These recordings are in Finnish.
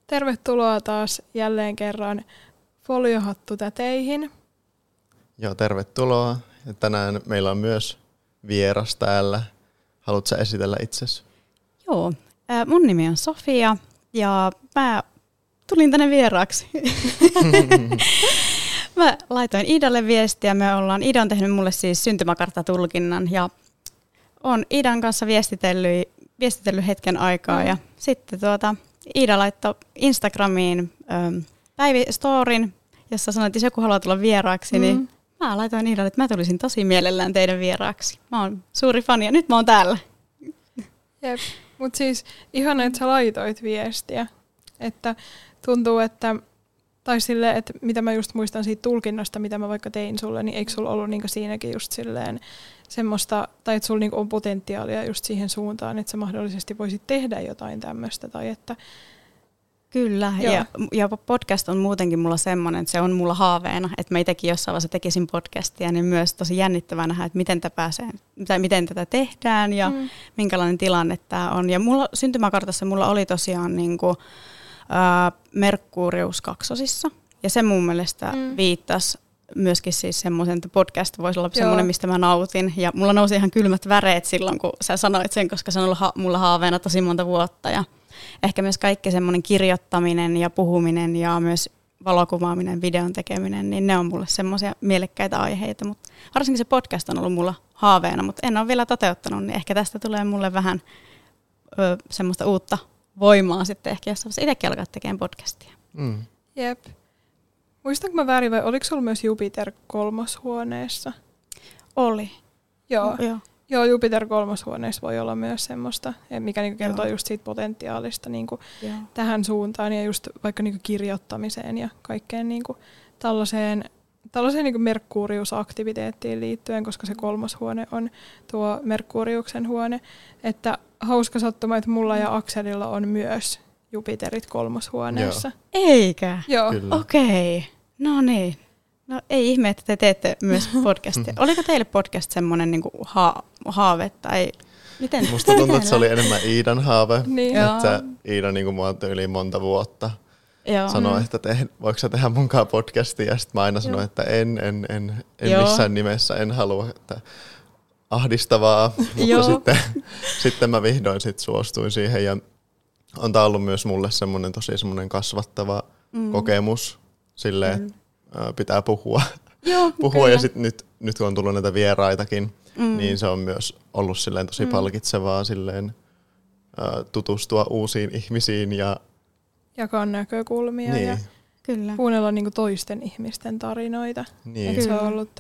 Tervetuloa taas jälleen kerran Foliohattutäteihin. Joo, tervetuloa. Ja tänään meillä on myös vieras täällä. Haluatko esitellä itsesi? Joo, mun nimi on Sofia ja mä tulin tänne vieraaksi. Mä laitoin Iidalle viestiä. Iida on tehnyt mulle siis syntymäkarttatulkinnan ja on Iidan kanssa viestitellyt hetken aikaa. Ja sitten Iida laittoi Instagramiin päivästorin, jossa sanoi, että jos joku haluaa tulla vieraaksi, niin mä laitoin Iidalle, että mä tulisin tosi mielellään teidän vieraaksi. Mä oon suuri fani ja nyt mä oon täällä. Jep, mutta siis ihana, että sä laitoit viestiä. Että tuntuu, että tai silleen, että mitä mä just muistan siitä tulkinnasta, mitä mä vaikka tein sulle, niin eikö sulla ollut niinku siinäkin just silleen semmoista, tai että sulla niinku on potentiaalia just siihen suuntaan, että sä mahdollisesti voisit tehdä jotain tämmöistä, tai että Kyllä, ja podcast on muutenkin mulla semmoinen, että se on mulla haaveena, että mä itsekin jossain vaiheessa tekisin podcastia, niin myös tosi jännittävää nähdä, että miten tätä tehdään ja minkälainen tilanne tämä on. Ja syntymäkartassa mulla oli tosiaan niinku, Merkurius kaksosissa, ja se mun mielestä viittasi myöskin siis semmoisen, että podcast voisi olla semmoinen, mistä mä nautin. Ja mulla nousi ihan kylmät väreet silloin, kun sä sanoit sen, koska se on ollut mulla haaveena tosi monta vuotta. Ja ehkä myös kaikki semmoinen kirjoittaminen ja puhuminen ja myös valokuvaaminen, videon tekeminen, niin ne on mulle semmoisia mielekkäitä aiheita. Mutta varsinkin se podcast on ollut mulla haaveena, mutta en ole vielä toteuttanut, niin ehkä tästä tulee mulle vähän semmoista uutta voimaa sitten ehkä jossain vaiheessa itsekin alkaa tekemään podcastia. Jep. Muistanko mä väärin vai oliko sulla myös Jupiter kolmoshuoneessa? Oli. Joo, Jupiter kolmoshuoneessa voi olla myös semmoista, mikä niinku kertoo just siitä potentiaalista niinku tähän suuntaan ja just vaikka niinku kirjoittamiseen ja kaikkeen niinku tällaiseen niinku Merkurius-aktiviteettiin liittyen, koska se kolmoshuone on tuo Merkuriuksen huone. Että hauska sattuma, että mulla ja Akselilla on myös Jupiterit kolmoshuoneessa. Joo. Eikä? Joo. Okei. No niin. No ei ihme, että te teette myös podcastia. Oliko teille podcast semmoinen niinku haave tai miten? Musta tuntuu, että se oli enemmän Iidan haave. Niin. Että Iida niinku mua yli monta vuotta sanoi, että voiko sä tehdä munkaan podcastia. Ja sitten mä aina sanoin, että en missään nimessä, en halua, että ahdistavaa. Mutta sitten mä vihdoin suostuin siihen ja on tää ollut myös mulle semmoinen tosi semmoinen kasvattava kokemus silleen, pitää puhua. Puhua ja sitten nyt kun on tullut näitä vieraitakin, niin se on myös ollut silleen tosi palkitsevaa silleen, tutustua uusiin ihmisiin ja jakaa näkökulmia ja kuunnella niinku toisten ihmisten tarinoita. Niin. Se on ollut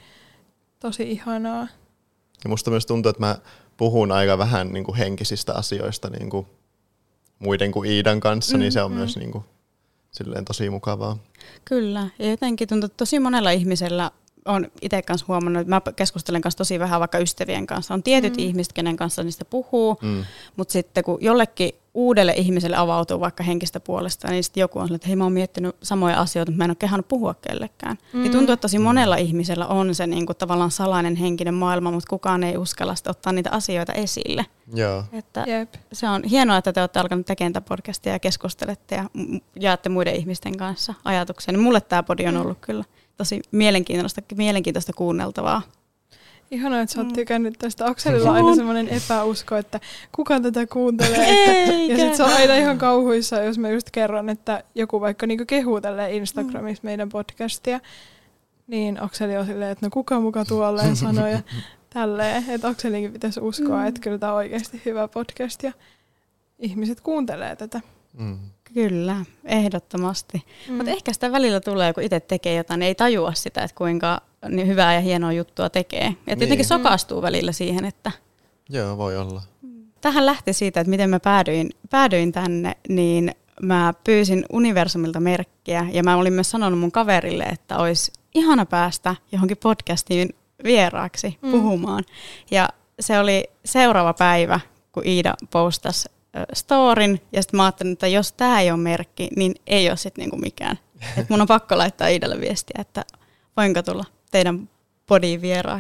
tosi ihanaa. Ja musta myös tuntuu, että mä puhun aika vähän niinku henkisistä asioista niinku muiden kuin Iidan kanssa, niin se on myös niinku silleen tosi mukavaa. Kyllä, ja jotenkin tuntuu, että tosi monella ihmisellä on itse kanssa huomannut, että mä keskustelen kanssa tosi vähän vaikka ystävien kanssa. On tietyt ihmiset, kenen kanssa niistä puhuu, mutta sitten kun jollekin uudelle ihmiselle avautuu vaikka henkistä puolesta, niin sitten joku on sellainen, että hei mä oon miettinyt samoja asioita, mutta mä en ole kehannut puhua kellekään. Niin tuntuu, että tosi monella ihmisellä on se niinku tavallaan salainen henkinen maailma, mutta kukaan ei uskalla ottaa niitä asioita esille. Joo. Että se on hienoa, että te olette alkanut tekemään tätä podcastia ja keskustelette ja jaatte muiden ihmisten kanssa ajatuksia. Niin mulle tämä podi on ollut kyllä tosi mielenkiintoista kuunneltavaa. Ihanaa, että sä oot tykännyt tästä. Akselilla on aina semmoinen epäusko, että kuka tätä kuuntelee. Ja sit se on aina ihan kauhuissa, jos mä just kerron, että joku vaikka niinku kehuu tälleen Instagramissa meidän podcastia. Niin Akseli on silleen, että no kuka muka tuolleen sanoo ja tälleen. Että Akselinkin pitäisi uskoa, että kyllä tää on oikeasti hyvä podcast ja ihmiset kuuntelee tätä. Kyllä, ehdottomasti. Mutta ehkä sitä välillä tulee, kun itse tekee jotain, niin ei tajua sitä, että kuinka hyvää ja hienoa juttua tekee. Ja jotenkin sokastuu välillä siihen, että joo, voi olla. Tähän lähti siitä, että miten mä päädyin tänne, niin mä pyysin Universumilta merkkiä ja mä olin myös sanonut mun kaverille, että olisi ihana päästä johonkin podcastiin vieraaksi puhumaan. Ja se oli seuraava päivä, kun Iida postasi storin, ja sitten mä ajattelin, että jos tää ei ole merkki, niin ei ole sitten niinku mikään. Et mun on pakko laittaa Iidalle viestiä, että voinko tulla teidän podiin vieraaksi.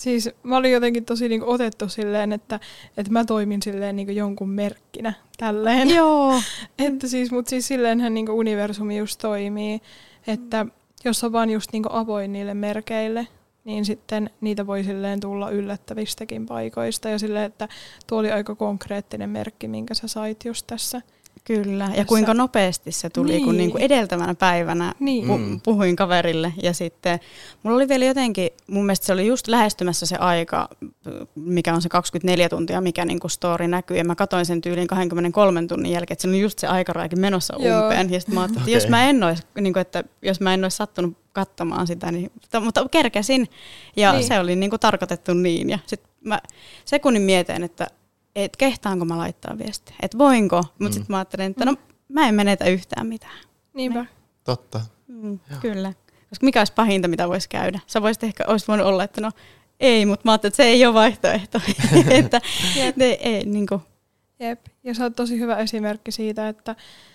Siis mä olin jotenkin tosi niinku otettu silleen, että mä toimin silleen niinku jonkun merkkinä tälleen. Joo. Että siis, mut siis silleenhän niinku universumi just toimii, että jos on vaan just niinku avoin niille merkeille, niin sitten niitä voi silleen tulla yllättävistäkin paikoista. Ja silleen, että tuo oli aika konkreettinen merkki, minkä sä sait just tässä. Kyllä, ja kuinka nopeasti se tuli, kun niinku edeltävänä päivänä puhuin kaverille. Ja sitten mulla oli vielä jotenkin, mun mielestä se oli just lähestymässä se aika, mikä on se 24 tuntia, mikä niinku story näkyy. Ja mä katsoin sen tyyliin 23 tunnin jälkeen, että se oli just se aikarajakin menossa umpeen. Ja sitten mä ajattelin, että jos mä en olisi sattunut katsomaan sitä, niin, mutta kerkesin. Ja se oli niinku tarkoitettu niin. Ja sitten mä sekunnin mietin, että kehtaanko mä laittaa viestiä, että voinko, mutta sitten mä ajattelin, että no mä en menetä yhtään mitään. Niinpä. Totta. Kyllä, koska mikä olisi pahinta, mitä voisi käydä. Sä voisit ehkä, olisi voinut olla, että no ei, mutta mä ajattelin, että se ei ole vaihtoehto. Että ei, niin kuin. Jep, ja sä oot tosi hyvä esimerkki siitä, että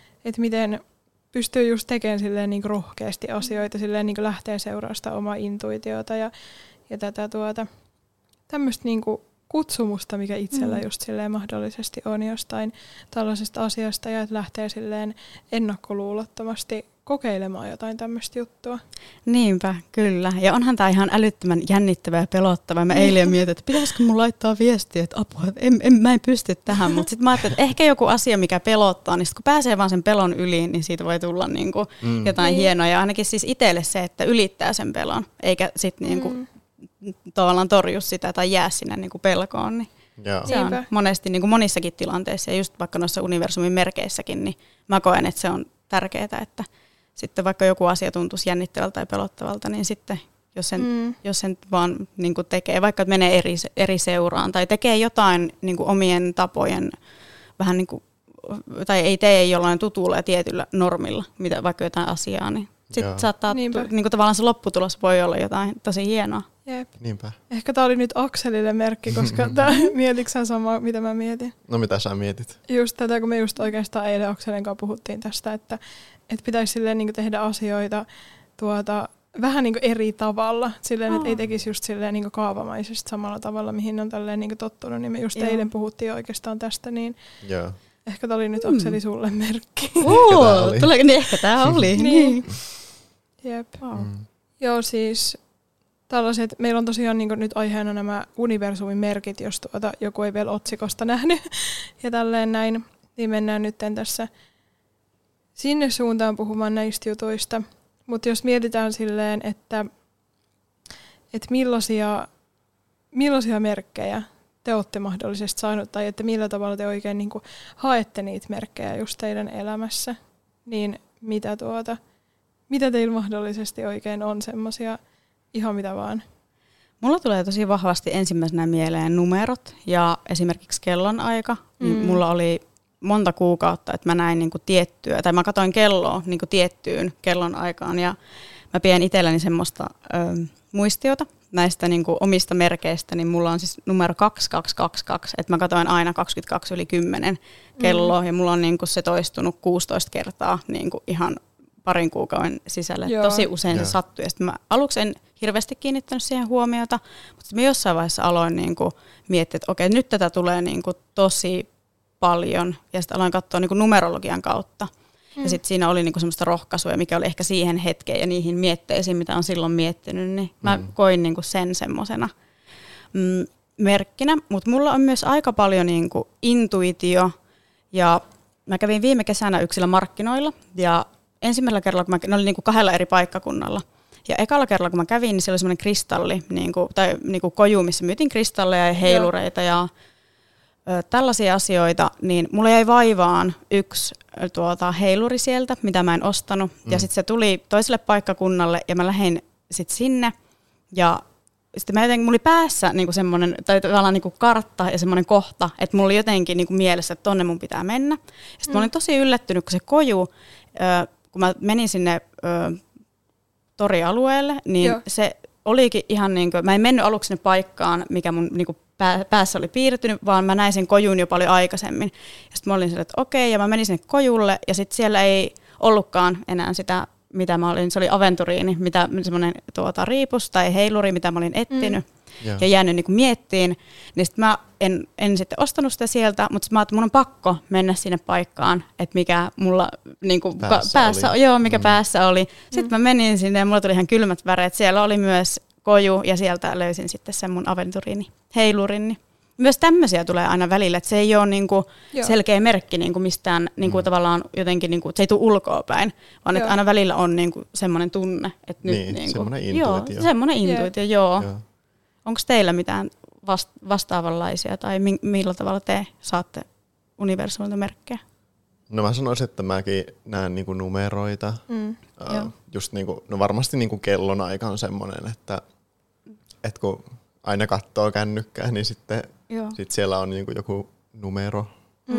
miten pystyy just tekemään silleen niin rohkeasti asioita, silleen niin lähtee seuraamaan sitä omaa intuitiota ja tätä tämmöistä niin kutsumusta, mikä itsellä just silleen mahdollisesti on jostain tällaisesta asiasta ja että lähtee silleen ennakkoluulottomasti kokeilemaan jotain tämmöistä juttua. Niinpä, kyllä. Ja onhan tämä ihan älyttömän jännittävä ja pelottava. Mä eilen mietin, että pitäisikö mun laittaa viestiä, että apua, että mä en pysty tähän. Mutta sitten mä ajattelin, että ehkä joku asia, mikä pelottaa, niin sit kun pääsee vaan sen pelon yli, niin siitä voi tulla niinku jotain hienoa. Ja ainakin siis itselle se, että ylittää sen pelon, eikä sitten niinku tavallaan torju sitä tai jää sinne niinku pelkoon. Niin se on monesti niinku monissakin tilanteissa ja just vaikka noissa universumin merkeissäkin, niin mä koen, että se on tärkeää, että sitten vaikka joku asia tuntuisi jännittävältä tai pelottavalta, niin sitten jos sen vaan niinku tekee, vaikka menee eri seuraan tai tekee jotain niinku omien tapojen vähän niinku, tai ei tee jollain tutulla ja tietyllä normilla, mitä vaikka jotain asiaa, niin sitten saattaa, niinku tavallaan se lopputulos voi olla jotain tosi hienoa. Jep. Niinpä. Ehkä tää oli nyt Akselille merkki, koska mietitkö sä samaa, mitä mä mietin? No mitä sä mietit? Just tätä, kun me just oikeastaan eilen Akselin kanssa puhuttiin tästä, että pitäisi silleen niin tehdä asioita vähän niin eri tavalla. Silleen, että ei tekisi just silleen niin kaavamaisesti samalla tavalla, mihin on tälleen niin tottunut. Niin me just eilen puhuttiin oikeastaan tästä, niin ehkä tää oli nyt Akseli sulle merkki. Ehkä tää oli. Niin. Jep. Joo, siis tällaiset, meillä on tosiaan niin nyt aiheena nämä universumin merkit, jos joku ei vielä otsikosta nähnyt ja tälleen näin, niin mennään nyt tässä sinne suuntaan puhumaan näistä jutuista. Mutta jos mietitään silleen, että millaisia merkkejä te olette mahdollisesti saanut tai että millä tavalla te oikein niin haette niitä merkkejä just teidän elämässä, niin mitä teillä mahdollisesti oikein on semmoisia ihan mitä vaan? Mulla tulee tosi vahvasti ensimmäisenä mieleen numerot ja esimerkiksi kellonaika. Niin mulla oli monta kuukautta, että mä näin niinku tiettyä, tai mä katsoin kelloa niinku tiettyyn kellonaikaan ja mä pidän itselleni semmoista muistiota näistä niinku omista merkeistä, niin mulla on siis numero 2222, että mä katsoin aina 22:10 kelloa ja mulla on niinku se toistunut 16 kertaa niinku ihan parin kuukauden sisällä. Tosi usein se sattui. Ja mä aluksi en hirveästi kiinnittänyt siihen huomiota, mutta mä jossain vaiheessa aloin niinku miettiä, että okei, nyt tätä tulee niinku tosi paljon. Ja sitten aloin katsoa niinku numerologian kautta. Ja sitten siinä oli niinku semmoista rohkaisua, mikä oli ehkä siihen hetkeen ja niihin mietteisiin, mitä on silloin miettinyt. Niin mä koin niinku sen semmoisena merkkinä. Mutta mulla on myös aika paljon niinku intuitio. Ja mä kävin viime kesänä yksillä markkinoilla ja ensimmäisellä kerralla, kun ne oli niinku 2 eri paikkakunnalla. Ja ekalla kerralla, kun mä kävin, niin siellä oli semmoinen kristalli, tai koju, missä myytin kristalleja ja heilureita ja tällaisia asioita. Niin mulla jäi vaivaan yksi heiluri sieltä, mitä mä en ostanut. Ja sitten se tuli toiselle paikkakunnalle ja mä lähdin sitten sinne. Ja sitten mulla oli päässä niinku semmoinen, tai tavallaan niinku kartta ja semmoinen kohta, että mulla oli jotenkin niinku mielessä, että tonne mun pitää mennä. Sitten mä olin tosi yllättynyt, kun se koju, kun mä menin sinne torialueelle, niin se olikin ihan niin kuin, mä en mennyt aluksi sinne paikkaan, mikä mun niin kuin päässä oli piirtynyt, vaan mä näin sen kojun jo paljon aikaisemmin. Ja sitten mä olin sille, että okei, ja mä menin sinne kojulle, ja sitten siellä ei ollutkaan enää sitä, mitä mä olin, se oli aventuriini, semmoinen riipus tai heiluri, mitä mä olin etsinyt. ja jäänyt niin kuin miettiin, niin sitten mä en sitten ostanut sitä sieltä, mutta mä ajattelin, että mun on pakko mennä sinne paikkaan, että mikä mulla niin kuin päässä oli. Joo, mikä päässä oli. Sitten mä menin sinne ja mulla tuli ihan kylmät väreet. Siellä oli myös koju ja sieltä löysin sitten sen mun aventurini, heilurini. Myös tämmöisiä tulee aina välillä, että se ei ole niinku selkeä merkki niinku mistään niinku tavallaan jotenkin, niinku, se ei tule ulkoapäin, vaan että aina välillä on niinku semmoinen tunne. Että niin, nyt, niinku, semmoinen intuitio. Joo, semmoinen intuitio, joo. Onko teillä mitään vastaavanlaisia tai millä tavalla te saatte universumilta merkkejä? No mä sanoisin, että mäkin näen niinku numeroita. Just niinku, no varmasti niinku kellonaika on semmoinen, että kun aina katsoo kännykkää, niin sitten siellä on niinku joku numero.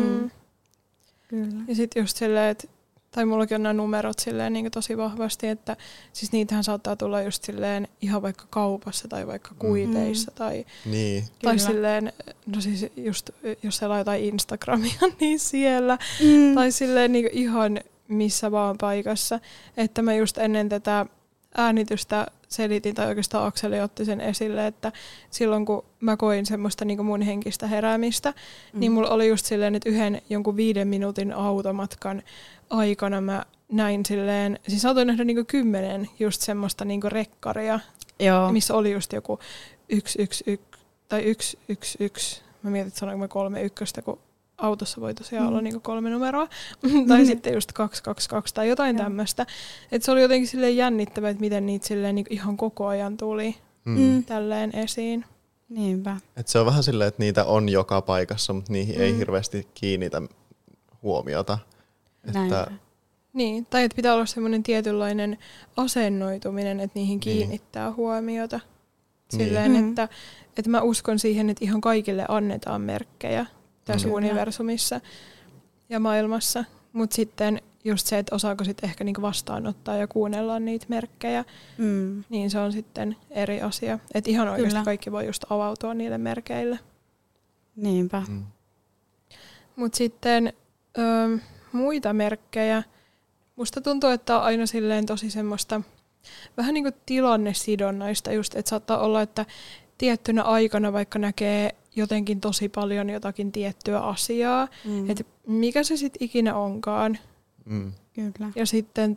Kyllä. Ja sitten just silleen, että tai mullakin on nämä numerot silleen niin tosi vahvasti, että siis niitähän saattaa tulla just silleen ihan vaikka kaupassa tai vaikka kuiteissa tai silleen, no siis just jos siellä on jotain Instagramia, niin siellä tai silleen niin ihan missä vaan paikassa. Että mä just ennen tätä äänitystä selitin, tai oikeastaan Akseli otti sen esille, että silloin kun mä koin semmoista niin mun henkistä heräämistä, niin mulla oli just silleen, että yhden jonkun 5 minuutin automatkan aikana mä näin silleen, siis saatoin nähdä niin 10 just semmoista niin rekkaria, missä oli just joku 111 tai 111. Mä mietin, että sanoinko mä 31, kun autossa voi tosiaan olla niinku 3 numeroa, tai sitten just 222 tai jotain tämmöistä. Että se oli jotenkin silleen jännittävää, että miten niitä silleen niinku ihan koko ajan tuli tälleen esiin. Niinpä. Et se on vähän silleen, että niitä on joka paikassa, mutta niihin ei hirveästi kiinnitä huomiota. Että niin, tai että pitää olla semmoinen tietynlainen asennoituminen, että niihin kiinnittää huomiota. Silleen, että mä uskon siihen, että ihan kaikille annetaan merkkejä tässä universumissa ja maailmassa, mutta sitten just se, että osaako sitten ehkä niinku vastaanottaa ja kuunnella niitä merkkejä, niin se on sitten eri asia. Että ihan oikeasti kaikki voi just avautua niille merkeille. Niinpä. Mutta sitten muita merkkejä. Musta tuntuu, että on aina silleen tosi semmoista vähän niin kuin tilannesidonnaista just, että saattaa olla, että tiettynä aikana vaikka näkee jotenkin tosi paljon jotakin tiettyä asiaa, että mikä se sitten ikinä onkaan. Kyllä. Ja sitten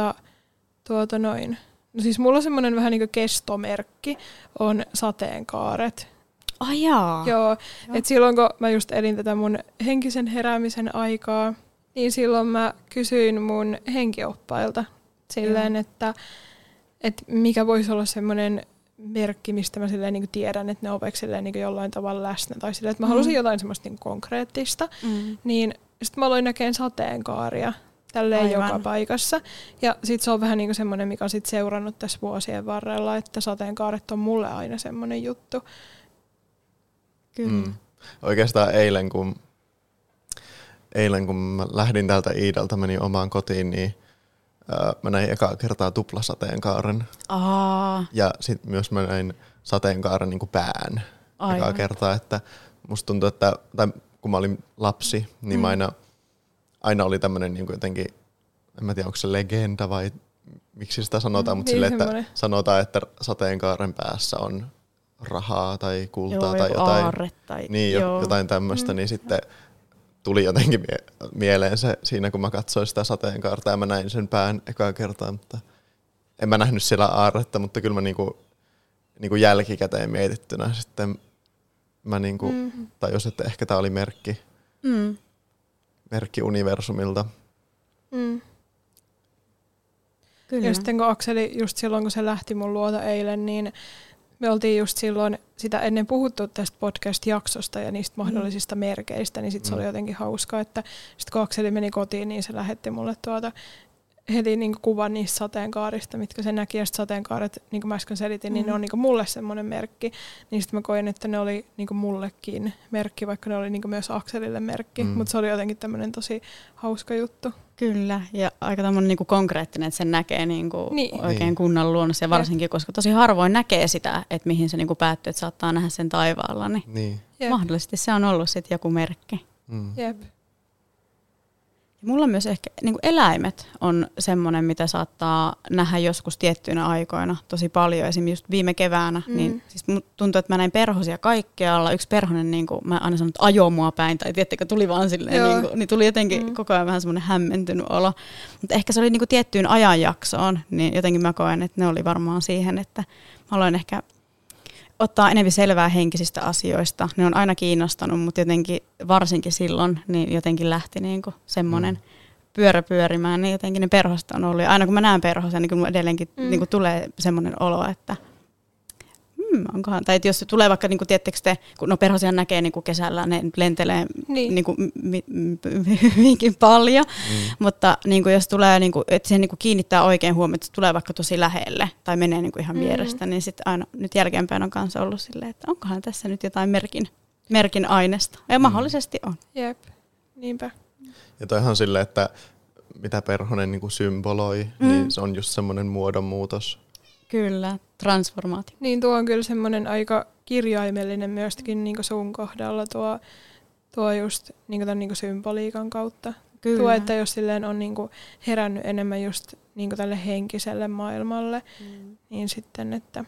noin. No siis mulla on semmoinen vähän niin kuin kestomerkki on sateenkaaret. Joo. Että silloin kun mä just elin tätä mun henkisen heräämisen aikaa, niin silloin mä kysyin mun henkioppailta silleen, että mikä voisi olla semmoinen merkki, mistä mä silleen niin tiedän, että ne on vaikka silleen niin jollain tavalla läsnä. Tai silleen, että mä halusin jotain semmoista niin konkreettista. Niin sitten mä aloin näkemään sateenkaaria tälleen joka paikassa. Ja sitten se on vähän niin semmoinen, mikä on sit seurannut tässä vuosien varrella, että sateenkaaret on mulle aina semmoinen juttu. Kyllä. Oikeastaan eilen, kun mä lähdin täältä Iidalta, menin omaan kotiin, niin mä näin ekaa kertaa tuplasateenkaaren. Ja sitten myös mä näin sateenkaaren niin kuin pään ekaa kertaa. Että musta tuntuu, että kun mä olin lapsi, niin mä aina oli tämmöinen niin kuin jotenkin, en mä tiedä onko se legenda vai miksi sitä sanotaan, mutta silleen, että sanotaan, että sateenkaaren päässä on rahaa tai kultaa tai jotain. Aarre tai jotain tämmöistä, niin sitten tuli jotenkin mieleen se siinä, kun mä katsoin sitä sateenkaarta ja mä näin sen pään ekaa kertaa, mutta en mä nähnyt siellä aarretta, mutta kyllä mä niinku jälkikäteen mietittynä sitten mä tajusin, että ehkä tää oli merkki universumilta. Kyllä. Ja sitten kun Akseli, just silloin kun se lähti mun luota eilen, niin me oltiin just silloin sitä ennen puhuttu tästä podcast-jaksosta ja niistä mahdollisista merkeistä, niin sitten se oli jotenkin hauskaa, että sitten kun Akseli meni kotiin, niin se lähetti mulle heti niinku kuvan niistä sateenkaarista, mitkä se näki, ja sateenkaaret, niin kuin mä äsken selitin, niin ne on niinku mulle semmoinen merkki. Niin sitten mä koin, että ne oli niinku mullekin merkki, vaikka ne oli niinku myös Akselille merkki, mutta se oli jotenkin tämmöinen tosi hauska juttu. Kyllä, ja aika tämmöinen niinku konkreettinen, että sen näkee niinku oikein kunnan luonnossa, ja varsinkin, koska tosi harvoin näkee sitä, että mihin se niinku päättyy, että saattaa nähdä sen taivaalla, niin mahdollisesti se on ollut sitten joku merkki. Jep. Mulla myös ehkä niin kuin eläimet on semmoinen, mitä saattaa nähdä joskus tiettyinä aikoina tosi paljon. Esimerkiksi just viime keväänä, niin siis tuntuu, että mä näin perhosia kaikkialla. Yksi perhonen, niin kuin mä aina sanon, että ajoi mua päin, tai tiettekö, tuli vaan silleen, niin tuli jotenkin koko ajan vähän semmoinen hämmentynyt olo. Mutta ehkä se oli niin kuin tiettyyn ajanjaksoon, niin jotenkin mä koen, että ne oli varmaan siihen, että mä haluan ehkä ottaa enemmän selvää henkisistä asioista. Ne on aina kiinnostanut, mutta jotenkin varsinkin silloin niin jotenkin lähti niinku semmoinen pyörä pyörimään. Niin jotenkin ne perhoset on ollut. Ja aina kun mä näen perhosen, niin kun edelleenkin niinku tulee semmoinen olo, että onkohan. Tai jos se tulee vaikka, niinku, tiettekö te, kun perhosia näkee niinku kesällä, ne lentelee niinku, hyvinkin paljon. Mutta niinku, jos tulee, niinku, että siihen niinku, kiinnittää oikein huomioon, että se tulee vaikka tosi lähelle tai menee niinku, ihan vierestä, niin sitten aina nyt jälkeenpäin on kanssa ollut silleen, että onkohan tässä nyt jotain merkin aineesta. Ja mahdollisesti on. Jep, niinpä. Ja toihan silleen, että mitä perhonen niinku symboloi, niin se on just semmoinen muodonmuutos. Kyllä, transformaatio. Niin tuo on kyllä semmoinen aika kirjaimellinen myöskin niin sun kohdalla tuo just niin tämän niin symboliikan kautta. Kyllä. Tuo, että jos silleen on niin herännyt enemmän just niin tälle henkiselle maailmalle, niin sitten, että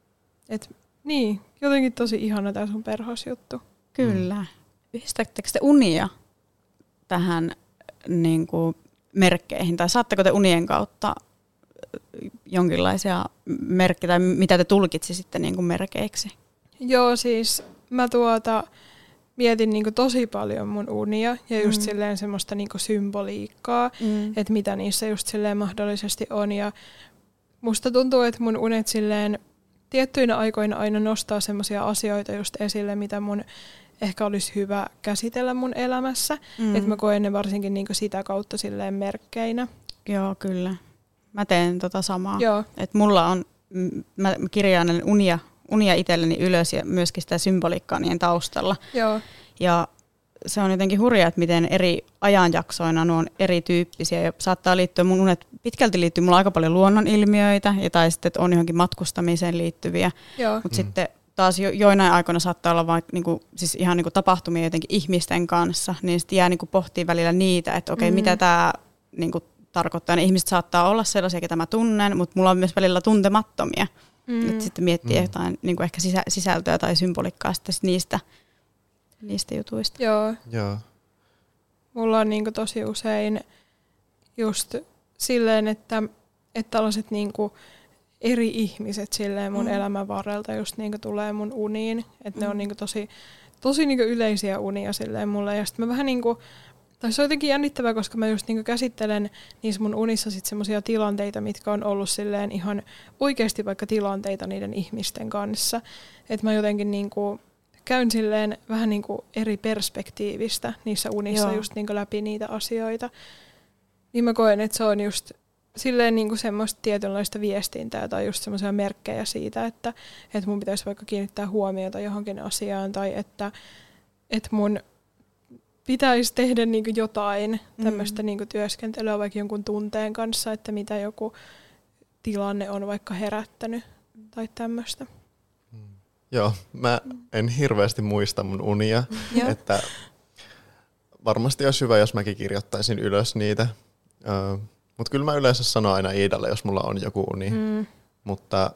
niin, jotenkin tosi ihana tämä sun perhosjuttu. Kyllä. Yhdistettekö te unia tähän niin kuin merkkeihin, tai saatteko te unien kautta jonkinlaisia merkkejä, tai mitä te tulkitsisitte niin kuin merkeiksi? Joo, siis mä mietin niin kuin tosi paljon mun unia, ja just silleen semmoista niin kuin symboliikkaa, että mitä niissä just silleen mahdollisesti on, ja musta tuntuu, että mun unet silleen tiettyinä aikoina aina nostaa semmoisia asioita just esille, mitä mun ehkä olisi hyvä käsitellä mun elämässä, että mä koen ne varsinkin niin kuin sitä kautta silleen merkkeinä. Joo, kyllä. Mä teen samaa. Joo. Et mulla on, mä kirjaan unia itselleni ylös ja myöskin sitä symboliikkaa niiden taustalla. Joo. Ja se on jotenkin hurjaa, että miten eri ajanjaksoina ne on erityyppisiä ja saattaa liittyä, mun unet pitkälti liittyy, mulla on aika paljon luonnonilmiöitä ja tai sitten, että on johonkin matkustamiseen liittyviä, mutta sitten taas joinain aikoina saattaa olla vaikka siis ihan tapahtumia jotenkin ihmisten kanssa, niin sitten jää pohtii välillä niitä, että okei, mitä tämä tarkoittaa. Ne ihmiset saattaa olla sellaisia, ketä mä tunnen, mutta mulla on myös välillä tuntemattomia. Että sitten miettii jotain ehkä sisältöä tai symboliikkaa sitten niistä jutuista. Joo. Mulla on tosi usein just silleen, että tällaiset eri ihmiset silleen mun elämän varrelta just tulee mun uniin. Että ne on tosi yleisiä unia silleen mulle. Ja sitten mä vähän tai se on jotenkin jännittävää, koska mä just käsittelen niissä mun unissa sit semmosia tilanteita, mitkä on ollut silleen ihan oikeasti vaikka tilanteita niiden ihmisten kanssa. Että mä jotenkin käyn silleen vähän eri perspektiivistä niissä unissa just läpi niitä asioita. Niin mä koen, että se on just silleen semmoista tietynlaista viestintää tai just semmoisia merkkejä siitä, että mun pitäisi vaikka kiinnittää huomiota johonkin asiaan tai että mun pitäisi tehdä jotain tämmöistä työskentelyä vaikka jonkun tunteen kanssa, että mitä joku tilanne on vaikka herättänyt tai tämmöistä. Joo, mä en hirveästi muista mun unia, että varmasti olisi hyvä, jos mäkin kirjoittaisin ylös niitä. Mutta kyllä mä yleensä sanon aina Iidalle, jos mulla on joku uni. Mutta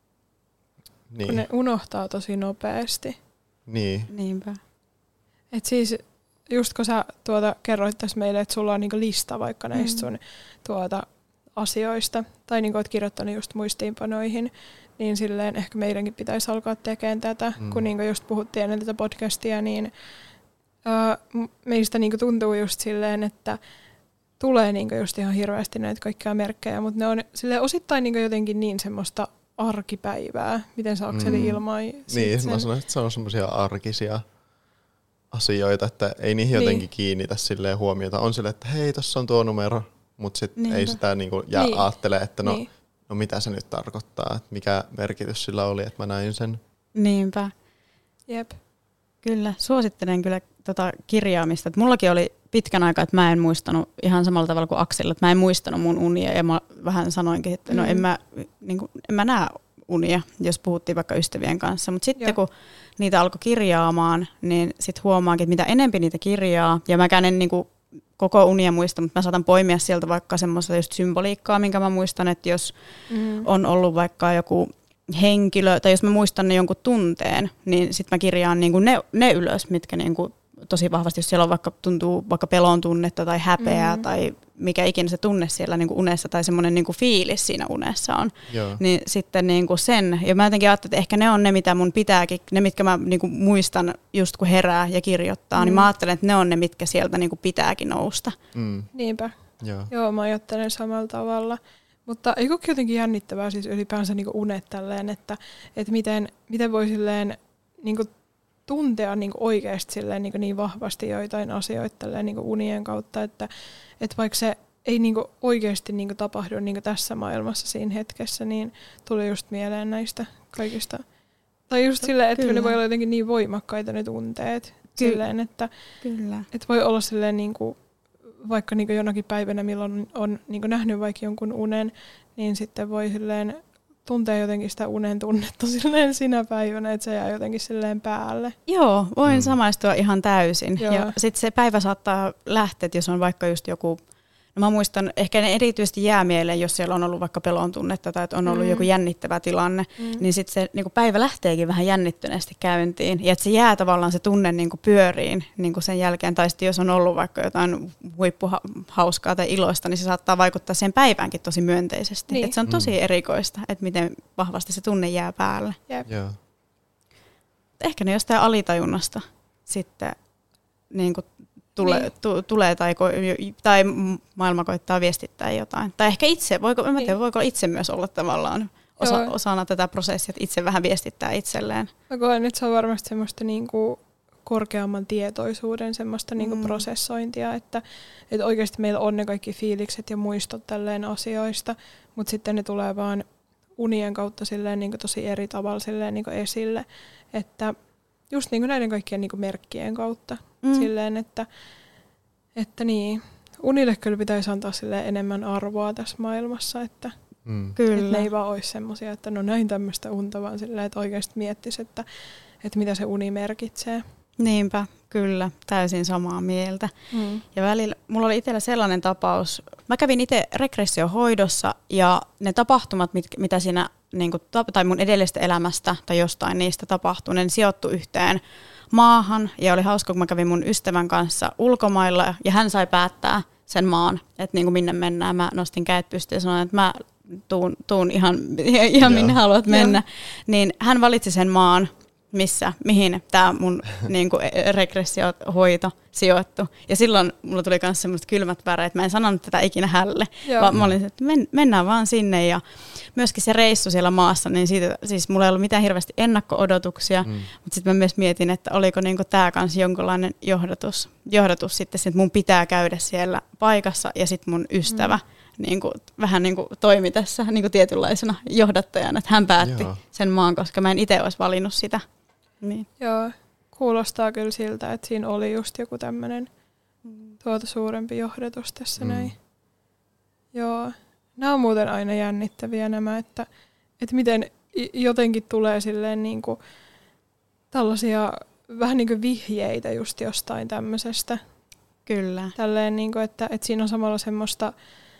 niin. Kun ne unohtaa tosi nopeasti. Niin. Niinpä. Et siis just kun sä kerroit tässä meille, että sulla on lista vaikka näistä sun asioista, tai oot kirjoittanut just muistiinpanoihin, niin silleen ehkä meidänkin pitäisi alkaa tekemään tätä, kun just puhuttiin ennen tätä podcastia, niin meistä tuntuu just silleen, että tulee just ihan hirveästi näitä kaikkia merkkejä, mutta ne on silleen osittain jotenkin niin semmoista arkipäivää, miten sä Akseli ilmaisit niin, sen? Mä sanoin, että se on semmoisia arkisia asioita, että ei niihin jotenkin kiinnitä silleen huomiota. On silleen, että hei, tossa on tuo numero, mutta sitten ei sitä jää ajattele, että no mitä se nyt tarkoittaa, että mikä merkitys sillä oli, että mä näin sen. Niinpä. Jep. Kyllä, suosittelen kyllä kirjaamista. Että mullakin oli pitkän aikaa, että mä en muistanut ihan samalla tavalla kuin Aksella, että mä en muistanut mun unia ja mä vähän sanoinkin, että no en mä näe unia, jos puhuttiin vaikka ystävien kanssa. Mutta sitten kun niitä alkoi kirjaamaan, niin sitten huomaakin, että mitä enempi niitä kirjaa, ja mäkään en koko unia muista, mutta mä saatan poimia sieltä vaikka semmoista just symboliikkaa, minkä mä muistan, että jos on ollut vaikka joku henkilö, tai jos mä muistan ne jonkun tunteen, niin sitten mä kirjaan niinku ne ylös, mitkä niinku tosi vahvasti, jos siellä on vaikka tuntuu vaikka pelon tunnetta tai häpeää tai mikä ikinä se tunne siellä niinku unessa tai semmoinen niinku fiilis siinä unessa on, niin sitten niinku sen, ja mä jotenkin ajattelin, että ehkä ne on ne, mitä mun pitääkin, ne mitkä mä niinku muistan just kun herää ja kirjoittaa, niin mä ajattelen, että ne on ne, mitkä sieltä niinku pitääkin nousta. Niinpä. Joo, mä ajattelen samalla tavalla. Mutta eikö ole jotenkin jännittävää siis ylipäänsä niinku unet tälleen, että miten voi silleen niinku tuntea niinku oikeasti silleen niin vahvasti joitain asioita tälleen niinku unien kautta, että vaikka se ei niinku oikeasti niinku tapahdu niinku tässä maailmassa siinä hetkessä, niin tuli just mieleen näistä kaikista. Tai just silleen, että ne voi olla jotenkin niin voimakkaita ne tunteet. Silleen, että voi olla silleen niinku vaikka niinku jonakin päivänä, milloin on niinku nähnyt vaikka jonkun unen, niin sitten voi silleen tuntee jotenkin sitä unen tunnetta silleen sinä päivänä, että se jää jotenkin silleen päälle. Joo, voin samaistua ihan täysin. Joo. Ja sitten se päivä saattaa lähteä, jos on vaikka just joku, no mä muistan, ehkä ne erityisesti jää mieleen, jos siellä on ollut vaikka pelon tunnetta tai että on ollut joku jännittävä tilanne, niin sitten se niin päivä lähteekin vähän jännittyneesti käyntiin. Ja että se jää tavallaan se tunne niin pyöriin niin sen jälkeen. Tai sitten jos on ollut vaikka jotain huippuhauskaa tai iloista, niin se saattaa vaikuttaa sen päiväänkin tosi myönteisesti. Niin. Että se on tosi erikoista, että miten vahvasti se tunne jää päälle. Yeah. Ehkä ne jostain alitajunnasta sitten niin tulee tai maailma koittaa viestittää jotain. Tai ehkä itse, voiko itse myös olla tavallaan osana tätä prosessia, että itse vähän viestittää itselleen. Mä koen, että se on varmasti semmoista niinku korkeamman tietoisuuden semmoista niinku prosessointia, että oikeasti meillä on ne kaikki fiilikset ja muistot tälleen asioista, mutta sitten ne tulee vaan unien kautta silleen niinku tosi eri tavalla silleen niinku esille, että just niinku näiden kaikkien niinku merkkien kautta silleen, että niin, unille kyllä pitäisi antaa silleen enemmän arvoa tässä maailmassa, että ne ei vaan olisi semmoisia, että no näin tämmöistä unta, vaan silleen, että oikeasti miettisi, että mitä se uni merkitsee. Niinpä, kyllä, täysin samaa mieltä. Ja välillä mulla oli itsellä sellainen tapaus, mä kävin itse regressiohoidossa ja ne tapahtumat, mitä siinä tai mun edellisestä elämästä tai jostain niistä tapahtui, ne sijoittui yhteen maahan ja oli hauska, kun mä kävin mun ystävän kanssa ulkomailla ja hän sai päättää sen maan, että niin kuin minne mennään. Mä nostin kädet pystyyn ja sanoin, että mä tuun ihan minne haluat mennä. Niin hän valitsi sen maan, mihin tämä mun niinku regressiohoito sijoittui. Ja silloin mulla tuli myös semmoiset kylmät väreet. Mä en sanonut tätä ikinä hälle, vaan mä olin, että mennään vaan sinne. Ja myöskin se reissu siellä maassa, niin siitä, siis mulla ei ollut mitään hirveästi ennakko-odotuksia, mutta sitten mä myös mietin, että oliko niinku tämä kanssa jonkinlainen johdatus sitten, että mun pitää käydä siellä paikassa ja sitten mun ystävä vähän toimi tässä tietynlaisena johdattajana, että hän päätti sen maan, koska mä en itse olisi valinnut sitä. Niin. Joo, kuulostaa kyllä siltä, että siinä oli just joku tämmöinen suurempi johdatus tässä näin. Joo, nämä on muuten aina jännittäviä nämä, että miten jotenkin tulee silleen niinku tällaisia vähän niin kuin vihjeitä just jostain tämmöisestä. Kyllä. Tälleen niinku, että siinä on samalla semmoista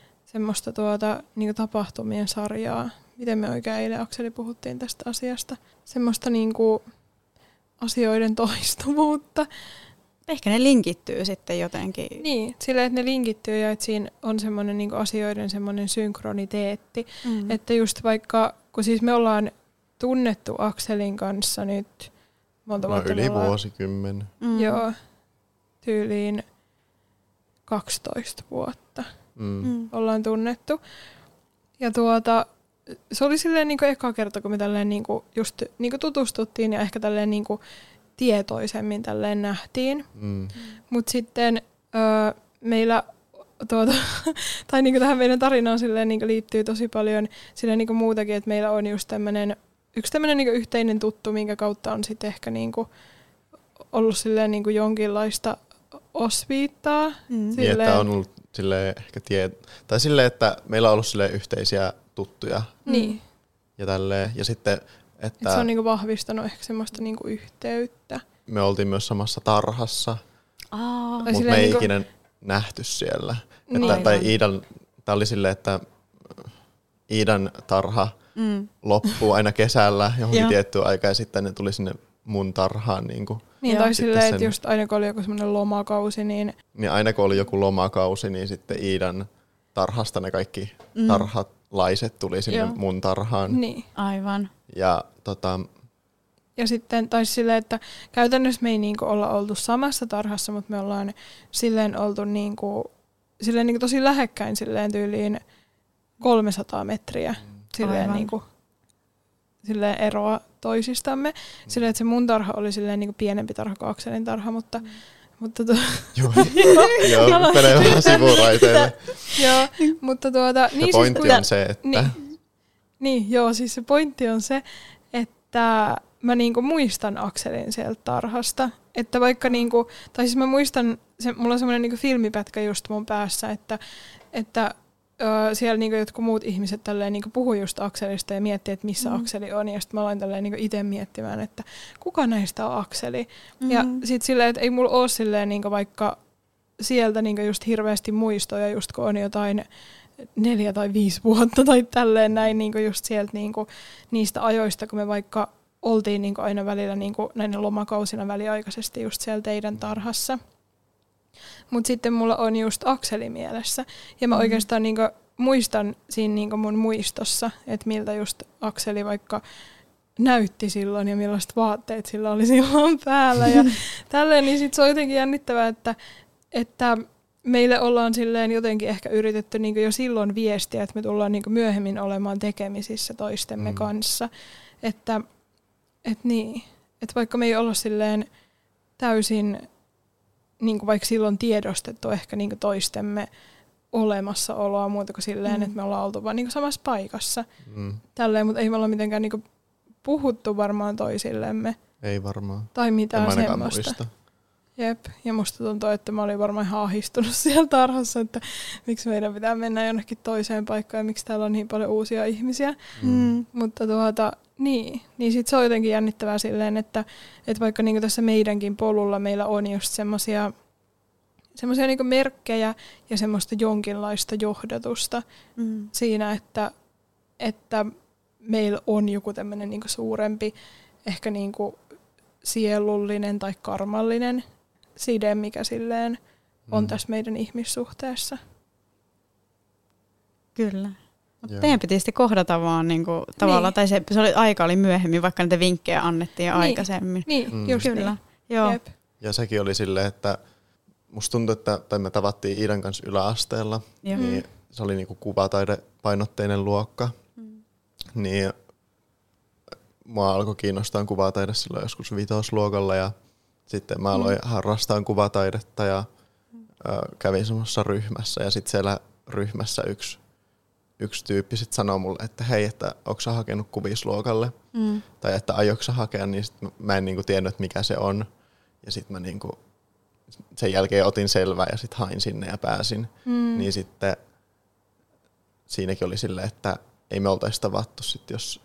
niinku tapahtumien sarjaa. Miten me oikein eilen, Akseli, puhuttiin tästä asiasta? Semmoista niinku asioiden toistuvuutta. Ehkä ne linkittyy sitten jotenkin. Niin, silleen, että ne linkittyy ja että siinä on semmoinen niinku asioiden semmoinen synkroniteetti. Että just vaikka, kun siis me ollaan tunnettu Akselin kanssa nyt monta vuotta. Yli vuosikymmen. Joo, tyyliin 12 vuotta. Ollaan tunnettu. Ja se oli silleen niinku eka kerta, kun me tälleen niinku just niinku tutustuttiin ja ehkä tälleen niinku tietoisemmin tälleen nähtiin. Mut sitten meillä tai niinku tähän meidän tarinaan silleen niinku liittyy tosi paljon silleen niinku muutakin, että meillä on just yksi tämmönen niinku yhteinen tuttu, minkä kautta on sitten ehkä niinku ollut silleen niinku jonkinlaista osviittaa. Niin, että on ollut silleen ehkä tai silleen, että meillä on ollut silleen yhteisiä tuttuja. Niin. Ja tälleen. Ja sitten, että se on niinku vahvistanut ehkä semmoista niinku yhteyttä. Me oltiin myös samassa tarhassa. Mutta me ei ikinä nähty siellä. Tai Iidan, tää oli silleen, että Iidan tarha loppuu aina kesällä johonkin tiettyyn aikaan ja sitten ne tuli sinne mun tarhaan. Niin tai silleen, että just aina kun oli joku semmoinen lomakausi, niin aina kun oli joku lomakausi, niin sitten Iidan tarhasta ne kaikki tarhalaiset tuli sinne mun tarhaan. Niin. Aivan. Ja sitten taisi silleen, että käytännössä me ei niinku olla oltu samassa tarhassa, mutta me ollaan silleen oltu silleen tosi lähekkäin silleen tyyliin 300 metriä silleen, silleen eroa toisistamme. Silleen, että se mun tarha oli silleen pienempi tarha kuin Akselin tarha, mutta Joo, menee vähän sivuraiteille. Joo, mutta niin pointti on se, että siis se pointti on se, että mä muistan Akselin sieltä tarhasta, että vaikka tai siis mä muistan, mulla on semmoinen filmipätkä just mun päässä, että siellä jotkut muut ihmiset tälleen puhuu just Akselista ja miettii, että missä Akseli on, ja sitten mä aloin tälleen itse miettimään, että kuka näistä on Akseli. Ja sitten silleen, että ei mulla ole silleen vaikka sieltä just hirveästi muistoja, just kun on jotain 4 tai 5 vuotta tai tälleen näin just sieltä niistä ajoista, kun me vaikka oltiin aina välillä näiden lomakausina väliaikaisesti just siellä teidän tarhassa. Mutta sitten mulla on just Akseli mielessä. Ja mä oikeastaan muistan siinä mun muistossa, että miltä just Akseli vaikka näytti silloin ja millaiset vaatteet sillä oli silloin päällä. Ja tälleen, niin sit se on jotenkin jännittävää, että meille ollaan silleen jotenkin ehkä yritetty jo silloin viestiä, että me tullaan myöhemmin olemaan tekemisissä toistemme kanssa. Että vaikka me ei olla silleen täysin vaikka silloin tiedostettu ehkä toistemme olemassaoloa muuta kuin silleen, että me ollaan oltu vaan samassa paikassa. Tälleen, mutta ei me olla mitenkään puhuttu varmaan toisillemme. Ei varmaan. Tai mitään semmoista. Jep, ja musta tuntuu, että mä olin varmaan ihan ahdistunut siellä tarhassa, että miksi meidän pitää mennä jonnekin toiseen paikkaan ja miksi täällä on niin paljon uusia ihmisiä. Mutta niin sit se on jotenkin jännittävää silleen, että vaikka tässä meidänkin polulla meillä on just semmosia merkkejä ja semmoista jonkinlaista johdatusta siinä, että meillä on joku tämmöinen suurempi ehkä sielullinen tai karmallinen side, mikä silleen on tässä meidän ihmissuhteessa. Kyllä. Mutta teidän piti sitten kohdata vaan tavallaan, tai se aika oli myöhemmin, vaikka niitä vinkkejä annettiin jo aikaisemmin. Niin, just kyllä. Joo. Jep. Ja sekin oli silleen, että musta tuntui, että me tavattiin Iidan kanssa yläasteella, niin se oli kuvataidepainotteinen luokka. Niin mua alkoi kiinnostaa kuvataide silloin joskus 5. luokalla ja sitten mä aloin harrastaa kuvataidetta ja kävin semmoisessa ryhmässä ja sitten siellä ryhmässä yksi tyyppi sit sanoi mulle, että hei, että onko sä hakenut kuvisluokalle tai että aiotko sä hakea, niin sit mä en tiennyt, että mikä se on ja sitten mä sen jälkeen otin selvää ja sitten hain sinne ja pääsin, niin sitten siinäkin oli silleen, että ei me oltaisi tavattu sit, jos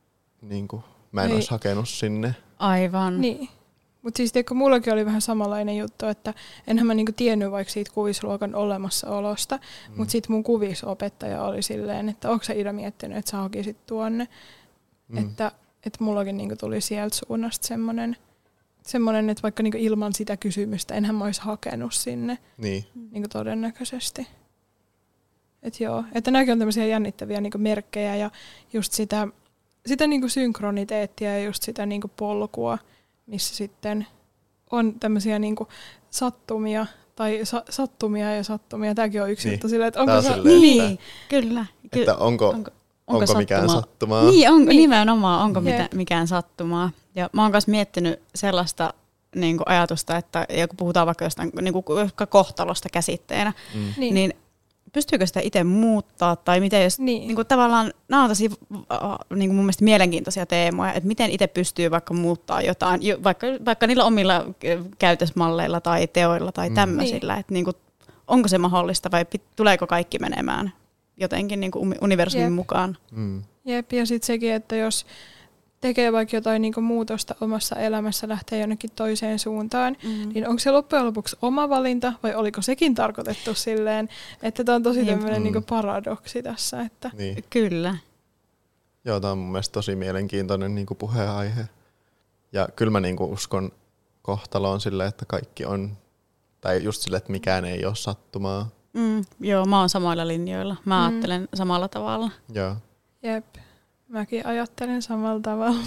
mä en olisi hakenut sinne. Aivan. Niin. Mutta siis tiedätkö, mullakin oli vähän samanlainen juttu, että enhän mä tiennyt vaikka siitä kuvisluokan olemassaolosta, mutta sitten mun kuvisopettaja oli silleen, että onko sä Ida miettinyt, että sä hakisit tuonne. Että mullakin tuli sieltä suunnasta semmoinen, että vaikka ilman sitä kysymystä enhän mä olisi hakenut sinne todennäköisesti. Että joo, että nämäkin on tämmöisiä jännittäviä merkkejä ja just sitä synkroniteettia ja just sitä polkua, missä sitten on tämmöisiä sattumia tai sattumia ja sattumia. Tämäkin on yksi juttu silleen, että onko niin, kyllä. Että onko mikään sattumaa? Niin, nimenomaan onko mikään sattumaa. Ja mä oon myös miettinyt sellaista ajatusta, että kun puhutaan vaikka jostain kohtalosta käsitteenä, niin pystyykö sitä itse muuttaa tai miten jos tavallaan nämä on tosi mun mielestä mielenkiintoisia teemoja, että miten itse pystyy vaikka muuttaa jotain, vaikka niillä omilla käytösmalleilla tai teoilla tai tämmöisillä, että onko se mahdollista vai tuleeko kaikki menemään jotenkin universumin mukaan. Jep, ja sitten sekin, että tekee vaikka jotain niinku muutosta omassa elämässä, lähtee jonnekin toiseen suuntaan, niin onko se loppujen lopuksi oma valinta vai oliko sekin tarkoitettu silleen, että tämä on tosi tämmöinen niinku paradoksi tässä. Että. Niin. Kyllä. Joo, tämä on mun mielestä tosi mielenkiintoinen niinku puheenaihe. Ja kyllä mä niinku uskon kohtaloon silleen, että kaikki on, tai just silleen, että mikään ei ole sattumaa. Joo, mä oon samoilla linjoilla. Mä ajattelen samalla tavalla. Joo. Jep. Mäkin ajattelen samalla tavalla.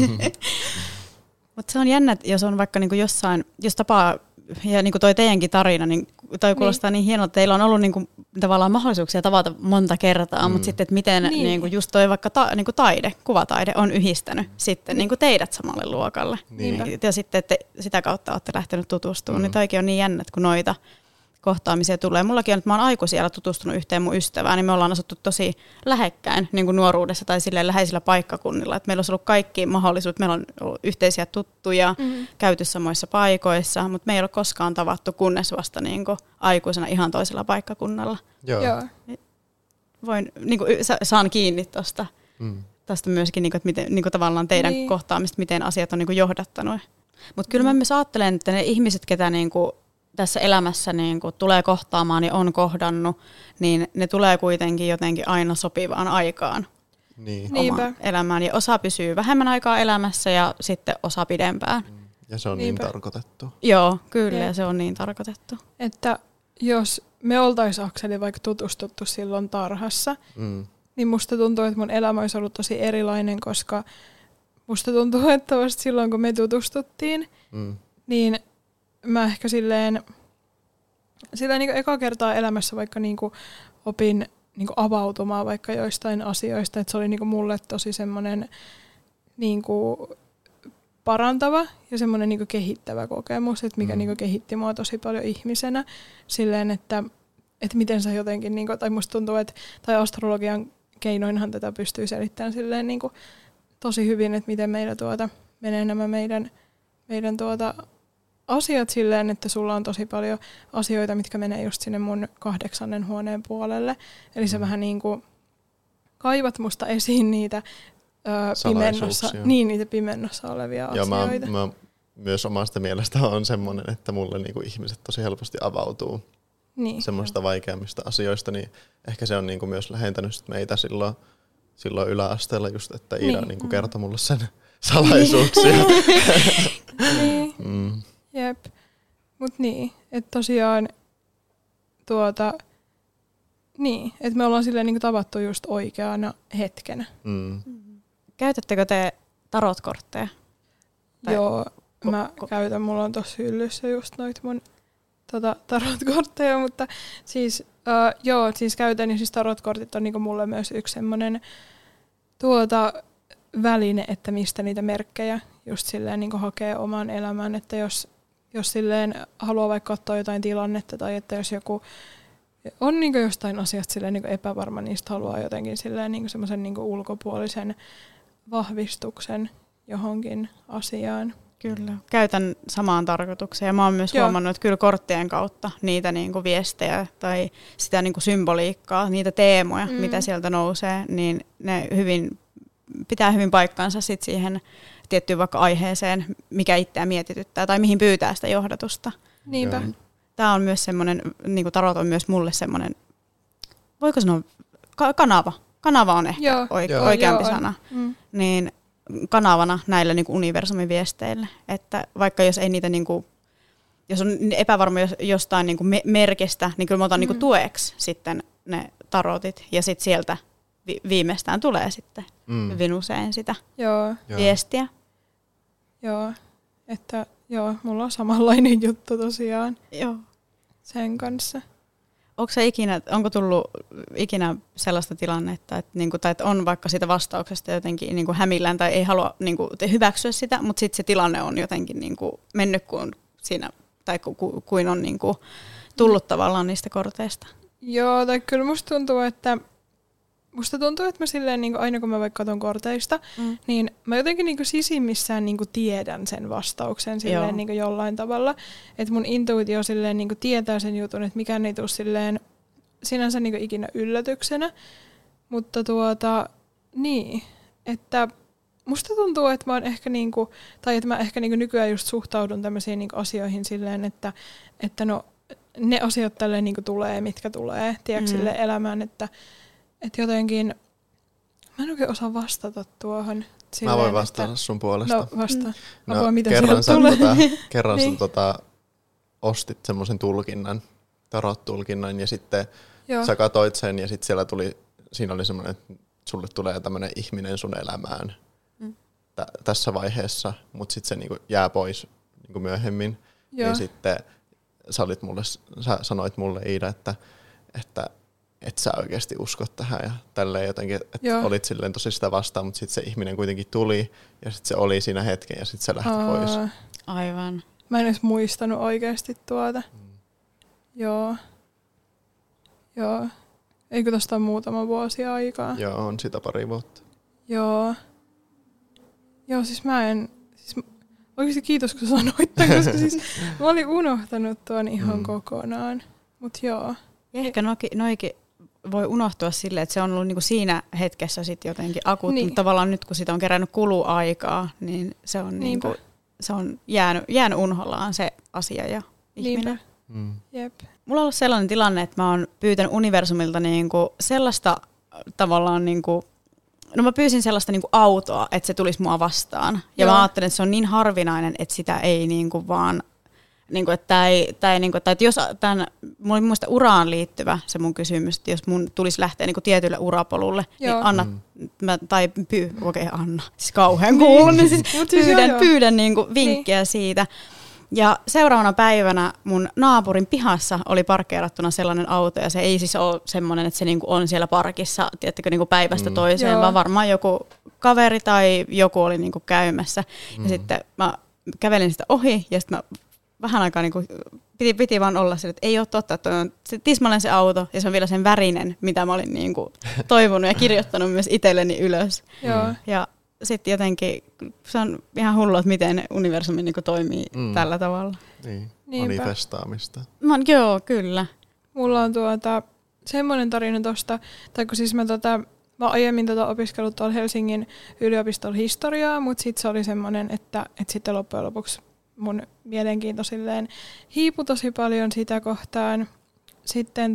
Mutta se on jännä, jos on vaikka niinku jossain, jos tapaa, ja niinku toi teidänkin tarina, niin toi kuulostaa niin hienolta, että teillä on ollut niinku tavallaan mahdollisuuksia tavata monta kertaa, mutta sitten, että miten niinku just toi vaikka niinku taide, kuvataide on yhdistänyt sitten niinku teidät samalle luokalle. Niin. Ja sitten, että sitä kautta olette lähtenyt tutustumaan, niin toikin on niin jännä, kun noita kohtaamisia tulee. Mullakin on, että mä oon aikuisiellä tutustunut yhteen mun ystävään, niin me ollaan asuttu tosi lähekkäin niin kuin nuoruudessa tai silleen läheisillä paikkakunnilla. Että meillä on ollut kaikki mahdollisuudet, meillä on ollut yhteisiä tuttuja, käyty samoissa paikoissa, mutta me ei ole koskaan tavattu, kunnes vasta niin kuin aikuisena ihan toisella paikkakunnalla. Joo. Voin, niin kuin, saan kiinni tuosta myöskin, niin kuin, että miten, niin kuin tavallaan teidän kohtaamista, miten asiat on niin kuin johdattanut. Mutta kyllä mä myös ajattelen, että ne ihmiset, ketä niin kuin tässä elämässä niin kun tulee kohtaamaan ja on kohdannut, niin ne tulee kuitenkin jotenkin aina sopivaan aikaan omaan elämään. Ja osa pysyy vähemmän aikaa elämässä ja sitten osa pidempään. Ja se on niin tarkoitettu. Joo, kyllä, ja se on niin tarkoitettu. Että jos me oltaisiin Akseli vaikka tutustuttu silloin tarhassa, niin musta tuntuu, että mun elämä olisi ollut tosi erilainen, koska musta tuntuu, että vasta silloin kun me tutustuttiin, niin mä ehkä silleen niin kuin eka kertaa elämässä vaikka niin kuin opin niin kuin avautumaan vaikka joistain asioista, että se oli niin kuin mulle tosi semmoinen niin kuin parantava ja semmoinen niin kuin kehittävä kokemus, että mikä niin kuin kehitti mua tosi paljon ihmisenä silleen, että miten sä jotenkin, niin kuin, tai musta tuntuu, että tai astrologian keinoinhan tätä pystyy selittämään silleen niin kuin tosi hyvin, että miten meillä menee nämä meidän asiat silleen, että sulla on tosi paljon asioita, mitkä menee just sinne mun 8. huoneen puolelle. Eli sä vähän niin kuin kaivat musta esiin niitä niitä pimennossa olevia asioita. Mä myös omasta mielestä on semmoinen, että mulle niinku ihmiset tosi helposti avautuu semmoista vaikeammista asioista, niin ehkä se on niinku myös lähentänyt meitä silloin yläasteella just, että Iida niinku kertoi mulle sen salaisuuksia. Jep. Mut niin, että tosiaan että me ollaan silleen niinku tavattu just oikeana hetkenä. Käytättekö te tarotkortteja? Joo, mä käytän, mulla on tossa hyllyssä just noit mun tarotkortteja, mutta siis siis käytän, ja siis tarotkortit on niinku mulle myös yksi semmonen väline, että mistä niitä merkkejä just silleen niinku hakee omaan elämään, että jos silleen haluaa vaikka katsoa jotain tilannetta tai että jos joku on niinku jostain asiasta silleen niinku epävarma, niin sitten haluaa jotenkin silleen niinku semmoisen niinku ulkopuolisen vahvistuksen johonkin asiaan. Kyllä. Käytän samaan tarkoitukseen ja mä oon myös huomannut, että kyllä korttien kautta niitä niinku viestejä tai sitä niinku symboliikkaa, niitä teemoja, mitä sieltä nousee, niin ne pitää hyvin paikkansa sit siihen tiettyyn vaikka aiheeseen, mikä itseä mietityttää tai mihin pyytää sitä johdatusta. Niinpä. Tämä on myös semmoinen, niin kuin tarot on myös mulle semmoinen, voiko sanoa, kanava. Kanava on ehkä oikeampi sana. Niin kanavana näille niin kuin universumin viesteille. Että vaikka jos ei niitä, niin kuin, jos on epävarma jostain niin kuin merkistä, niin kyllä mä otan niin kuin tueksi sitten ne tarotit. Ja sitten sieltä viimeistään tulee sitten hyvin usein sitä viestiä. Joo, että mulla on samanlainen juttu tosiaan sen kanssa. Onko tullut ikinä sellaista tilannetta, että, niinku, tai että on vaikka siitä vastauksesta jotenkin niinku hämillään tai ei halua niinku, hyväksyä sitä, mutta sitten se tilanne on jotenkin niinku, mennyt kuin on niinku, tullut tavallaan niistä korteista? Joo, tai kyllä musta tuntuu, että mä silleen, niin aina kun mä vaikka katson korteista, niin mä jotenkin niin sisimmissään niin tiedän sen vastauksen silleen, niin jollain tavalla. Että mun intuitio silleen, niin tietää sen jutun, että mikään ei tule silleen, sinänsä niin ikinä yllätyksenä. Mutta että musta tuntuu, että mä oon ehkä niinku, tai että mä ehkä niinku nykyään just suhtaudun tämmöisiin niinku asioihin silleen, että no ne asiat tälleen niinku tulee, mitkä tulee, tiedätkö, silleen elämään, että jotenkin, mä en oikein osaa vastata tuohon. Silleen, mä voin vastata sun puolesta. No vastaa. No, mitä kerran sä ostit semmoisen tulkinnan, tarot-tulkinnan, ja sitten sä katoit sen, ja sitten siinä oli semmoinen, että sulle tulee tämmöinen ihminen sun elämään tässä vaiheessa, mutta sitten se niinku jää pois niinku myöhemmin. Niin sitten sä sanoit mulle, Iida, että et sä oikeasti uskot tähän ja tälleen jotenkin, että olit silleen tosi sitä vastaan, mutta sitten se ihminen kuitenkin tuli ja sitten se oli siinä hetken ja sitten se lähti pois. Aivan. Mä en edes muistanut oikeasti tuota. Joo. Eikö tosta ole muutama vuosi aikaa? Joo, on sitä pari vuotta. Joo, siis oikeasti kiitos kun sanoit tämän, koska siis mä olin unohtanut tuon ihan kokonaan. Mut joo. Ja ehkä noikin voi unohtua silleen, että se on ollut niinku siinä hetkessä sit jotenkin akuutti, mutta tavallaan nyt kun sitä on kerännyt kuluaikaa, niin se on, niinku, se on jäänyt unhollaan se asia ja ihminen. Jep. Mulla on ollut sellainen tilanne, että mä oon pyytänyt universumilta niinku sellaista tavallaan, niinku, no mä pyysin sellaista niinku autoa, että se tulisi mua vastaan. Ja mä ajattelin, että se on niin harvinainen, että sitä ei niinku vaan, niinku, että jos mulla oli muista uraan liittyvä se mun kysymys, että jos mun tulisi lähteä niinku tietylle urapolulle, niin anna, anna, siis kauhean kuulun, niin siis pyydän niinku vinkkiä siitä. Ja seuraavana päivänä mun naapurin pihassa oli parkkeerattuna sellainen auto, ja se ei siis ole semmoinen, että se niinku on siellä parkissa, tiedättekö, niinku päivästä toiseen, vaan varmaan joku kaveri tai joku oli niinku käymässä. Ja sitten mä kävelin sitä ohi, ja sitten mä vähän aikaa niinku piti vaan olla sille, että ei ole totta, että on tismalleen se auto, ja se on vielä sen värinen, mitä mä olin niinku toivonut ja kirjoittanut myös itselleni ylös. Ja sitten jotenkin se on ihan hullua, että miten universumi niinku toimii tällä tavalla. Niin, manifestaamista. Joo, kyllä. Mulla on semmoinen tarina tosta, tai kun siis mä aiemmin opiskellut tuolla Helsingin yliopistolla historiaa, mutta sitten se oli semmoinen, että sitten loppujen lopuksi mun mielenkiinto silleen hiipui tosi paljon sitä kohtaan. Sitten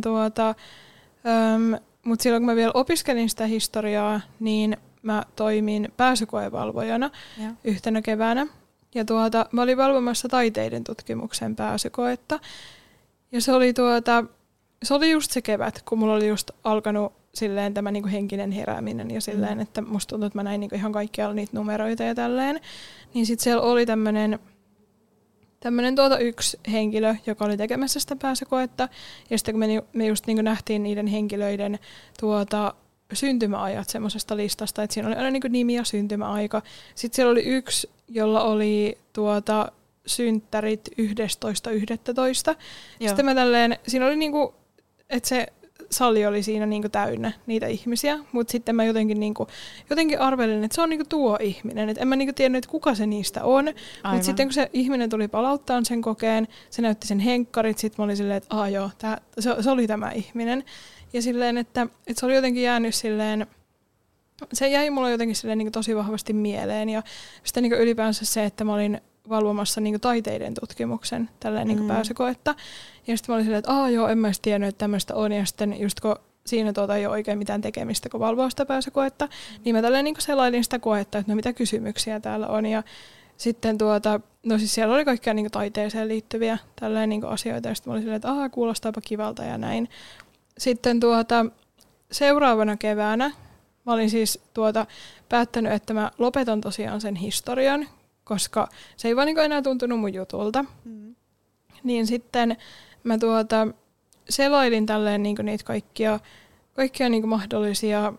mutta silloin kun mä vielä opiskelin sitä historiaa, niin mä toimin pääsykoevalvojana yhtenä keväänä. Ja mä olin valvomassa taiteiden tutkimuksen pääsykoetta. Ja se oli just se kevät, kun mulla oli just alkanut silleen tämä niinku henkinen herääminen ja silleen, että musta tuntuu, että mä näin niinku ihan kaikkialla niitä numeroita ja tälleen. Niin sit siellä oli tämmönen yksi henkilö, joka oli tekemässä sitä pääsykoetta. Ja sitten kun me just niinku nähtiin niiden henkilöiden syntymäajat semmoisesta listasta, että siinä oli aina niinku nimi ja syntymäaika. Sitten siellä oli yksi, jolla oli synttärit 11.11. Sitten mä siinä oli niinku, että se sali oli siinä niinku täynnä niitä ihmisiä, mutta sitten mä jotenkin arvelin, että se on niinku tuo ihminen. Et en mä niinku tiennyt, että kuka se niistä on, mutta sitten kun se ihminen tuli palauttaa sen kokeen, se näytti sen henkkarit, sitten mä olin silleen, että se oli tämä ihminen. Ja silleen, että se oli jotenkin jäänyt silleen, se jäi mulle jotenkin silleen niin kuin tosi vahvasti mieleen. Ja sitten niin kuin ylipäänsä se, että mä olin valvomassa niin kuin taiteiden tutkimuksen tälleen niin kuin pääsykoetta. Ja sitten mä olin silleen, että joo, en mä edes tiennyt, että tämmöistä on. Ja sitten just kun siinä ei ole oikein mitään tekemistä, kun valvoo sitä pääsykoetta, niin mä tälleen niin kuin selailin sitä koetta, että no mitä kysymyksiä täällä on. Ja sitten no siis siellä oli kaikkia niin kuin taiteeseen liittyviä tälleen niin kuin asioita. Ja sitten mä olin silleen, että kuulostaapa kivalta ja näin. Sitten seuraavana keväänä mä olin siis päättänyt, että mä lopetan tosiaan sen historian, koska se ei vaan niin enää tuntunut mun jutulta. Niin sitten mä selailin tälleen niin niitä kaikkia niin mahdollisia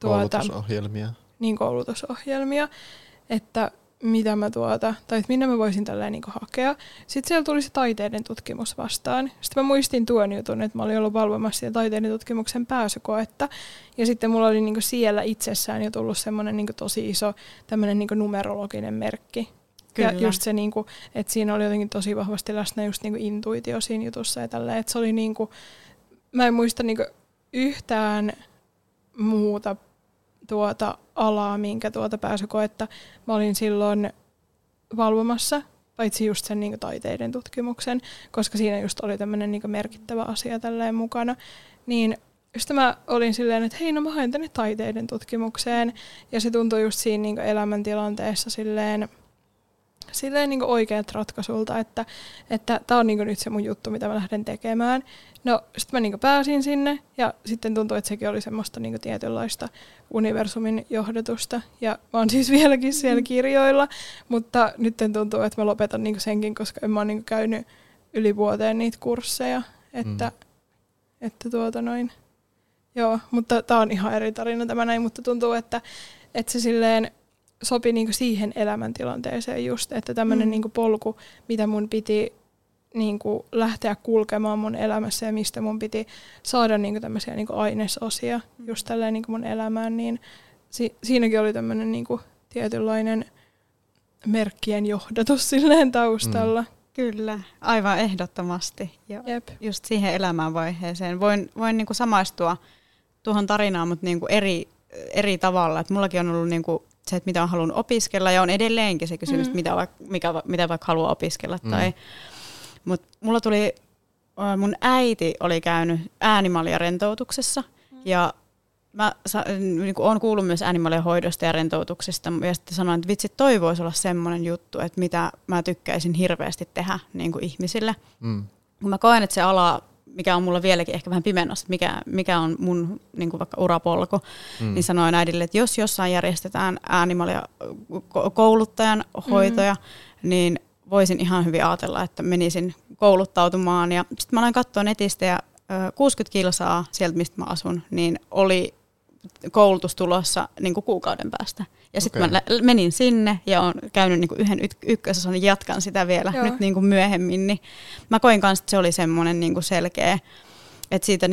koulutusohjelmia, että mitä mä tai että minne mä voisin tälleen niinku hakea. Sitten siellä tuli se taiteiden tutkimus vastaan. Sitten mä muistin tuon jutun, että mä olin ollut valvomassa sitä taiteiden tutkimuksen pääsykoetta. Ja sitten mulla oli niinku siellä itsessään jo tullut semmoinen niinku tosi iso tämmöinen niinku numerologinen merkki. Kyllä. Ja just se, niinku, että siinä oli jotenkin tosi vahvasti läsnä just niinku intuitio siinä jutussa ja tälleen. Että se oli niinku, mä en muista niinku yhtään muuta alaa, minkä pääsykoetta mä olin silloin valvomassa, paitsi just sen niin kuin taiteiden tutkimuksen, koska siinä just oli tämmöinen niin kuin merkittävä asia tälleen mukana, niin just mä olin silleen, että hei, no mä haen tänne taiteiden tutkimukseen, ja se tuntui just siinä niin kuin elämäntilanteessa silleen niin kuin oikeat ratkaisulta, että tää on niin kuin nyt se mun juttu, mitä mä lähden tekemään. No sitten mä niin kuin pääsin sinne, ja sitten tuntui, että sekin oli semmoista niin kuin tietynlaista universumin johdatusta, ja mä oon siis vieläkin siellä kirjoilla, mutta nyt tuntuu, että mä lopetan niin kuin senkin, koska en mä oon niin kuin käynyt yli vuoteen niitä kursseja, että Joo, mutta tää on ihan eri tarina tämä näin, mutta tuntuu, että se silleen sopi niinku siihen elämäntilanteeseen just, että tämmöinen niinku polku, mitä mun piti niinku lähteä kulkemaan mun elämässä ja mistä mun piti saada niinku tämmöisiä niinku ainesosia just tälleen niinku mun elämään, niin siinäkin oli tämmöinen niinku tietynlainen merkkien johdatus silleen taustalla. Kyllä, aivan ehdottomasti. Ja just siihen elämänvaiheeseen. Voin niinku samaistua tuohon tarinaan, mutta niinku eri tavalla. Et mullakin on ollut niinku se, että mitä on halunnut opiskella, ja on edelleenkin se kysymys, mitä vaikka haluaa opiskella. Mutta mulla tuli, mun äiti oli käynyt äänimalia-rentoutuksessa, ja mä niinku oon kuullut myös äänimalien hoidosta ja rentoutuksesta, ja sitten sanoin, että vitsi, toi voisi olla semmoinen juttu, että mitä mä tykkäisin hirveästi tehdä niinku ihmisille. Kun mä koen, että se ala, mikä on mulla vieläkin ehkä vähän pimennossa, mikä on mun niinku vaikka urapolku, niin sanoin äidille, että jos jossain järjestetään äänimalia kouluttajan hoitoja, niin voisin ihan hyvin ajatella, että menisin kouluttautumaan. Ja sitten mä aloin katsoa netistä, ja 60 kilsaa sieltä, mistä mä asun, niin oli koulutus tulossa niin kuin kuukauden päästä. Ja sitten mä menin sinne ja olen käynyt niin kuin yhden ykkösosan, niin jatkan sitä vielä nyt niin kuin myöhemmin. Niin mä koin kanssa, että se oli semmoinen niin kuin selkeä, että siitä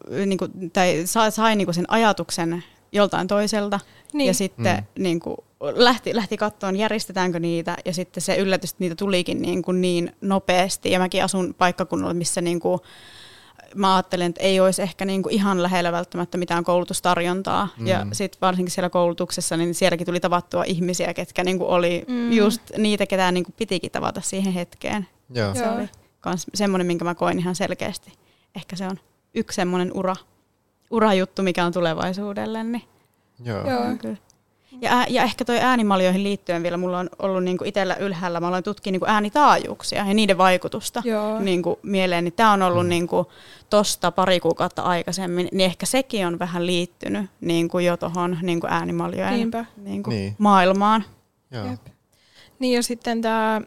tai sai niin kuin sen ajatuksen joltain toiselta. Niin. Ja sitten niin kuin lähti katsomaan, järjestetäänkö niitä, ja sitten se yllätys, että niitä tulikin niin nopeasti. Ja mäkin asun paikkakunnalla, missä niin kuin mä ajattelen, että ei olisi ehkä niinku ihan lähellä välttämättä mitään koulutustarjontaa. Ja sitten varsinkin siellä koulutuksessa, niin sielläkin tuli tavattua ihmisiä, ketkä niinku oli just niitä, ketä niinku pitikin tavata siihen hetkeen. Joo. Se oli myös semmoinen, minkä mä koin ihan selkeästi. Ehkä se on yksi semmoinen urajuttu, mikä on tulevaisuudelle. Niin. Joo. Kyllä. Ja ehkä toi äänimaljoihin liittyen vielä, mulla on ollut niinku itsellä ylhäällä, mä aloin tutkia niinku äänitaajuuksia ja niiden vaikutusta niinku mieleen. Niin tämä on ollut niinku tosta pari kuukautta aikaisemmin, niin ehkä sekin on vähän liittynyt niinku jo tuohon niinku äänimaljojen niinku maailmaan. Niin ja sitten tämä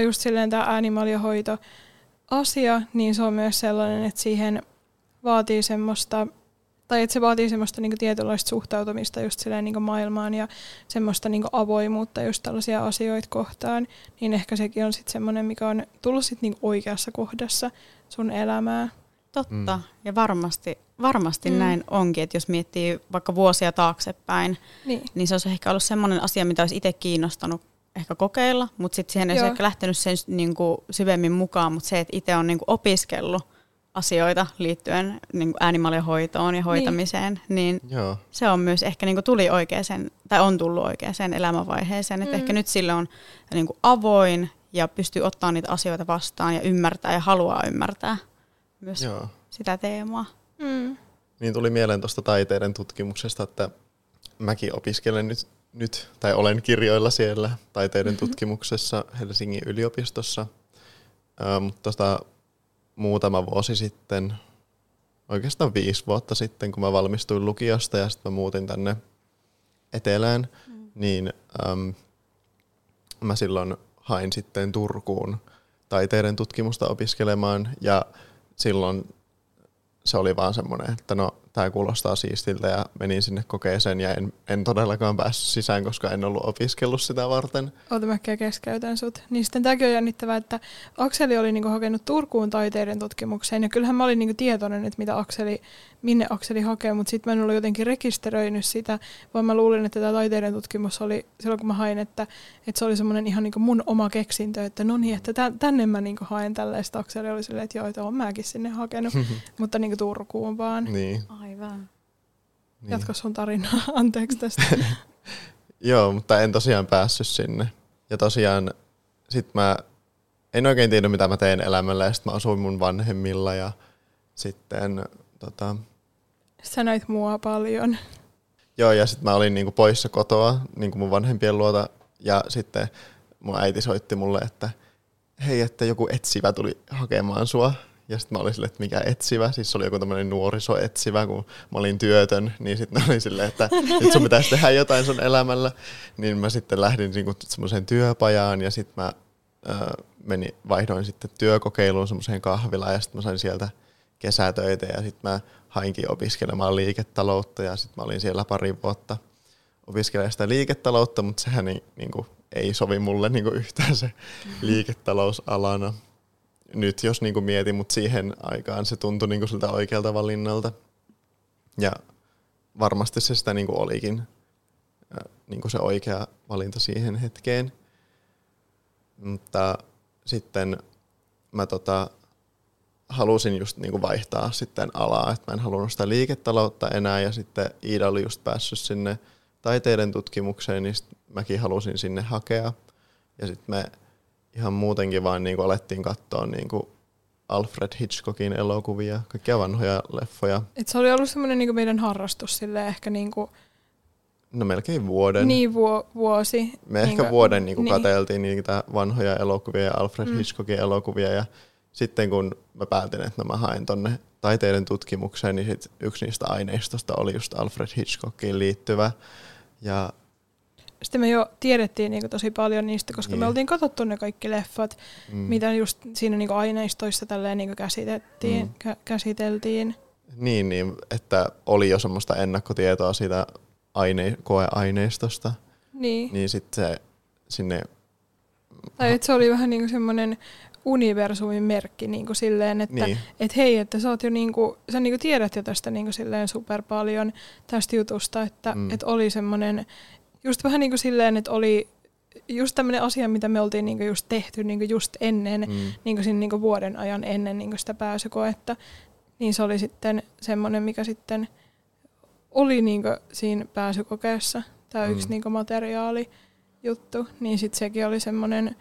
äänimaljohoito-asia, niin se on myös sellainen, että siihen vaatii semmoista, tai että se vaatii semmoista niinku tietynlaista suhtautumista just silleen niinku maailmaan ja semmoista niinku avoimuutta just tällaisia asioita kohtaan, niin ehkä sekin on sitten semmoinen, mikä on tullut sit niinku oikeassa kohdassa sun elämää. Totta, ja varmasti näin onkin, että jos miettii vaikka vuosia taaksepäin, niin se olisi ehkä ollut semmoinen asia, mitä olisi itse kiinnostanut ehkä kokeilla, mutta sitten siihen ei olisi ehkä lähtenyt sen niinku syvemmin mukaan, mutta se, että itse on niinku opiskellut asioita liittyen niin äänimaljohoitoon ja hoitamiseen, niin se on myös ehkä niin tuli oikeaan, tai on tullut oikeaan elämänvaiheeseen, että ehkä nyt sille on niin avoin ja pystyy ottamaan niitä asioita vastaan ja ymmärtää ja haluaa ymmärtää myös sitä teemaa. Niin tuli mieleen tuosta taiteiden tutkimuksesta, että mäkin opiskelen nyt tai olen kirjoilla siellä taiteiden tutkimuksessa Helsingin yliopistossa, mutta muutama vuosi sitten, oikeastaan 5 vuotta sitten, kun mä valmistuin lukiosta ja sitten mä muutin tänne etelään, niin mä silloin hain sitten Turkuun taiteiden tutkimusta opiskelemaan ja silloin se oli vaan semmoinen, että no tää kuulostaa siistiltä ja menin sinne kokeeseen ja en todellakaan päässyt sisään, koska en ollut opiskellut sitä varten. Oota, mä keskeytän sut. Niin sitten tämäkin on jännittävää, että Akseli oli niinku hakenut Turkuun taiteiden tutkimukseen ja kyllähän mä olin niinku tietoinen, että minne Akseli hakee, mutta sitten mä en ollut jotenkin rekisteröinyt sitä, vaan mä luulin, että tämä taiteiden tutkimus oli silloin, kun mä hain, että se oli semmoinen ihan niinku mun oma keksintö, että no niin, että tänne mä niinku haen tällaista. Akseli oli silleen, että joo, että oon mäkin sinne hakenut, mutta niinku Turkuun vaan. Niin. Aivan. Niin. Jatko sun tarinaa, anteeksi tästä. Joo, mutta en tosiaan päässyt sinne. Ja tosiaan sit mä en oikein tiedä, mitä mä teen elämällä, ja sit mä asuin mun vanhemmilla, ja sitten Sä näit mua paljon. Joo, ja sit mä olin niinku poissa kotoa niinku mun vanhempien luota, ja sitten mun äiti soitti mulle, että hei, että joku etsivä tuli hakemaan sua. Ja sitten mä olin silleen, että mikä etsivä, siis se oli joku tämmöinen nuorisoetsivä, kun mä olin työtön, niin sitten oli silleen, että nyt sun pitäisi tehdä jotain sun elämällä. Niin mä sitten lähdin niinku semmoiseen työpajaan, ja sitten mä vaihdoin sitten työkokeiluun semmoiseen kahvilaan, ja sitten mä sain sieltä kesätöitä, ja sitten mä hainkin opiskelemaan liiketaloutta, ja sitten mä olin siellä pari vuotta opiskelemaan sitä liiketaloutta, mutta sehän ei sovi mulle niinku yhtään se liiketalousalana. Nyt jos niinku mietin, mutta siihen aikaan se tuntui niinku siltä oikealta valinnalta. Ja varmasti se sitä niinku olikin niinku se oikea valinta siihen hetkeen. Mutta sitten mä halusin just niinku vaihtaa sitten alaa, että mä en halunnut sitä liiketaloutta enää, ja sitten Iida oli just päässyt sinne taiteiden tutkimukseen, niin mäkin halusin sinne hakea. Ja sitten me ihan muutenkin vaan niinku alettiin katsoa niinku Alfred Hitchcockin elokuvia, kaikkia vanhoja leffoja. Et se oli ollut semmoinen niinku meidän harrastus silleen ehkä niinku... No melkein vuoden. Niin, vuosi. Me ehkä vuoden niinku katseltiin niitä vanhoja elokuvia ja Alfred Hitchcockin elokuvia, ja sitten kun mä päätin, että mä haen tonne taiteiden tutkimukseen, niin sit yksi niistä aineistosta oli just Alfred Hitchcockiin liittyvä. Ja sitten me jo tiedettiin niinku tosi paljon niistä, koska me oltiin katsottu ne kaikki leffat, mitä just siinä niinku aineistoissa tälleen niinku käsiteltiin. Niin, että oli jo semmoista ennakkotietoa siitä koeaineistosta. Niin sitten se sinne... Tai että se oli vähän niinku semmoinen universumin merkki niinku silleen, että et hei, että sä oot jo niinku, sä niinku tiedät jo tästä niinku silleen super paljon tästä jutusta, että et oli semmoinen just vähän niinku silleen, että oli just tämmöinen asia, mitä me oltiin niinku just tehty niinku just ennen, niinku siinä niinku vuoden ajan ennen niinku sitä pääsykoetta, niin se oli sitten semmoinen, mikä sitten oli niinku siinä pääsykokeessa, tämä yksi niinku materiaalijuttu, niin sitten sekin oli semmoinen,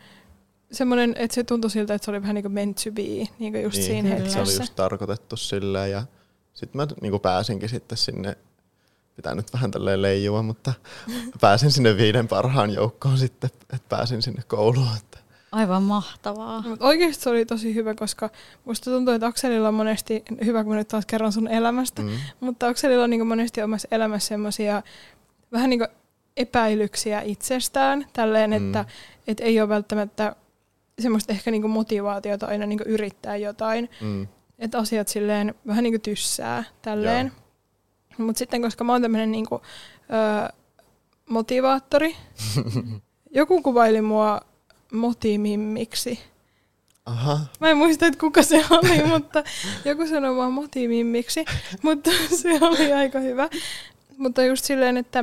että se tuntui siltä, että se oli vähän niin kuin meant to be, niin kuin just siinä hetkessä. Se oli just tarkoitettu silleen, ja sitten mä niin kuin pääsinkin sitten sinne, pitää nyt vähän tälleen leijua, mutta pääsin sinne 5 parhaan joukkoon sitten, että pääsin sinne kouluun. Että. Aivan mahtavaa. Oikeasti se oli tosi hyvä, koska musta tuntuu, että Akselilla on monesti, hyvä kun mä nyt taas kerron sun elämästä, mutta Akselilla on niin kuin monesti omassa elämässä semmoisia vähän niin kuin epäilyksiä itsestään, tälleen, että ei ole välttämättä semmoista ehkä niinku motivaatiota aina niinku yrittää jotain. Että asiat silleen vähän niinku tyssää tälleen. Mutta sitten koska mä oon tämmönen niinku, motivaattori, joku kuvaili mua motimimmiksi. Aha. Mä en muista, että kuka se oli, mutta joku sanoi mua motimimmiksi, mutta se oli aika hyvä. Mutta just silleen, että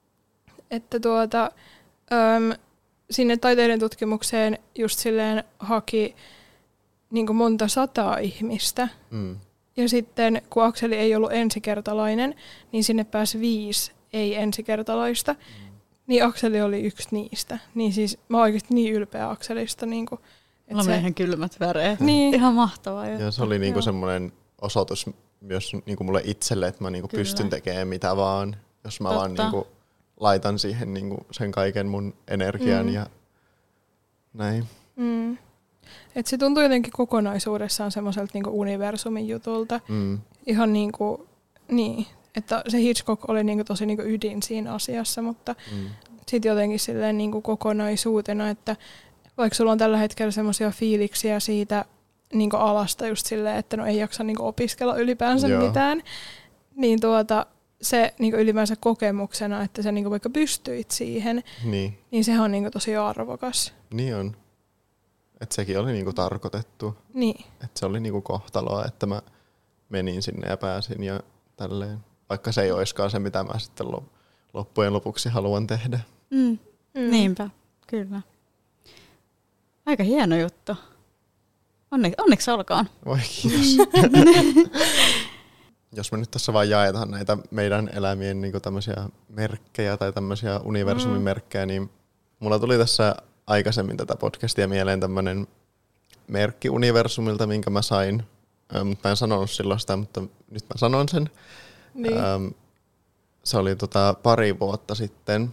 sinne taiteiden tutkimukseen just silleen haki niin kuin monta sataa ihmistä. Ja sitten kun Akseli ei ollut ensikertalainen, niin sinne pääsi 5 ei-ensikertalaista. Niin Akseli oli yksi niistä. Niin siis mä oon oikeasti niin ylpeä Akselista. Niin kuin, mulla on ihan kylmät väreet. Niin. Ihan mahtavaa. Ja se oli niinku semmoinen osoitus myös niinku mulle itselle, että mä niinku pystyn tekemään mitä vaan, jos mä vaan niinku laitan siihen niinku sen kaiken mun energian ja näin. Et se tuntui jotenkin kokonaisuudessaan semmoiselta niinku universumin jutulta. Ihan niinku, niin, että se Hitchcock oli niinku tosi niinku ydin siinä asiassa, mutta sitten jotenkin silleen niinku kokonaisuutena, että vaikka sulla on tällä hetkellä semmoisia fiiliksiä siitä niinku alasta just silleen, että no ei jaksa niinku opiskella ylipäänsä mitään, niin se niinku ylipäänsä kokemuksena, että sä niinku vaikka pystyit siihen, niin sehän on niinku tosi arvokas. Niin on. Että sekin oli niinku tarkoitettu. Niin. Että se oli niinku kohtaloa, että mä menin sinne ja pääsin ja tälleen. Vaikka se ei oiskaan se, mitä mä sitten loppujen lopuksi haluan tehdä. Niinpä, kyllä. Aika hieno juttu. Onneksi olkoon. Voi kiitos. jos me nyt tässä vaan jaetaan näitä meidän elämien niin tämmöisiä merkkejä tai tämmöisiä universumimerkkejä, niin mulla tuli tässä aikaisemmin tätä podcastia mieleen tämmöinen merkki universumilta, minkä mä sain. Mä en sanonut silloin sitä, mutta nyt mä sanon sen. Niin. Se oli pari vuotta sitten.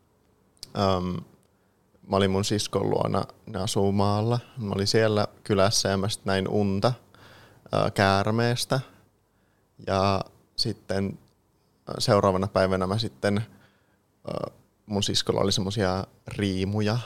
Mä olin mun siskon luona, ne asuu maalla. Mä olin siellä kylässä ja mä sitten näin unta käärmeestä. Ja sitten seuraavana päivänä mä sitten, mun siskolla oli semmosia riimuja,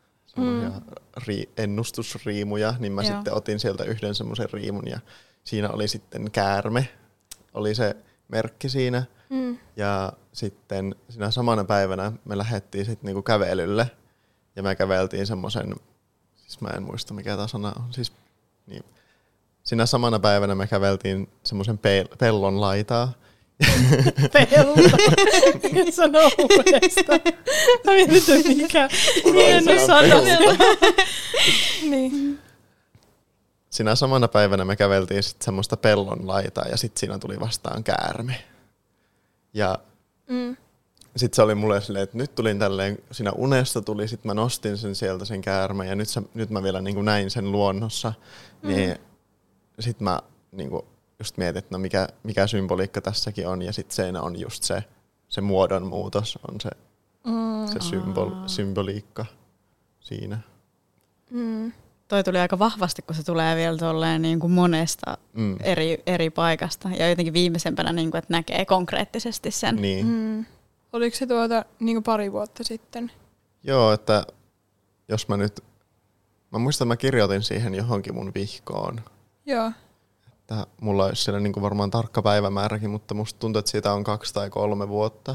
ennustusriimuja, niin mä sitten otin sieltä yhden semmoisen riimun ja siinä oli sitten käärme, oli se merkki siinä. Ja sitten siinä samana päivänä me lähdettiin sitten niinku kävelylle ja me käveltiin semmoisen, siis mä en muista mikä tämä sana on, siis niin. Siinä samana päivänä me käveltiin semmoisen pellon laitaa. Pelto? Sano uudestaan. Mä mietin, mikä hieno sana. Niin. Siinä samana päivänä me käveltiin sitten semmoista pellon laitaa ja sitten siinä tuli vastaan käärme. Ja sitten se oli mulle silleen, että nyt tulin tälleen, siinä unesta tuli, sitten mä nostin sen sieltä sen käärme ja nyt mä vielä niin kuin näin sen luonnossa. Niin sitten mä niin kuin just mietin, että no mikä symboliikka tässäkin on ja sitten se on just se muodonmuutos on se symboliikka siinä. Toi tuli aika vahvasti, kun se tulee vielä tolleen niin kuin monesta eri paikasta ja jotenkin viimeisempänä, niin kuin, että näkee konkreettisesti sen. Niin. Oliko se niin kuin pari vuotta sitten? Joo, että jos mä muistan, että mä kirjoitin siihen johonkin mun vihkoon. Joo. Että mulla olisi siellä niin kuin varmaan tarkka päivämääräkin, mutta musta tuntuu, että siitä on 2 tai 3 vuotta.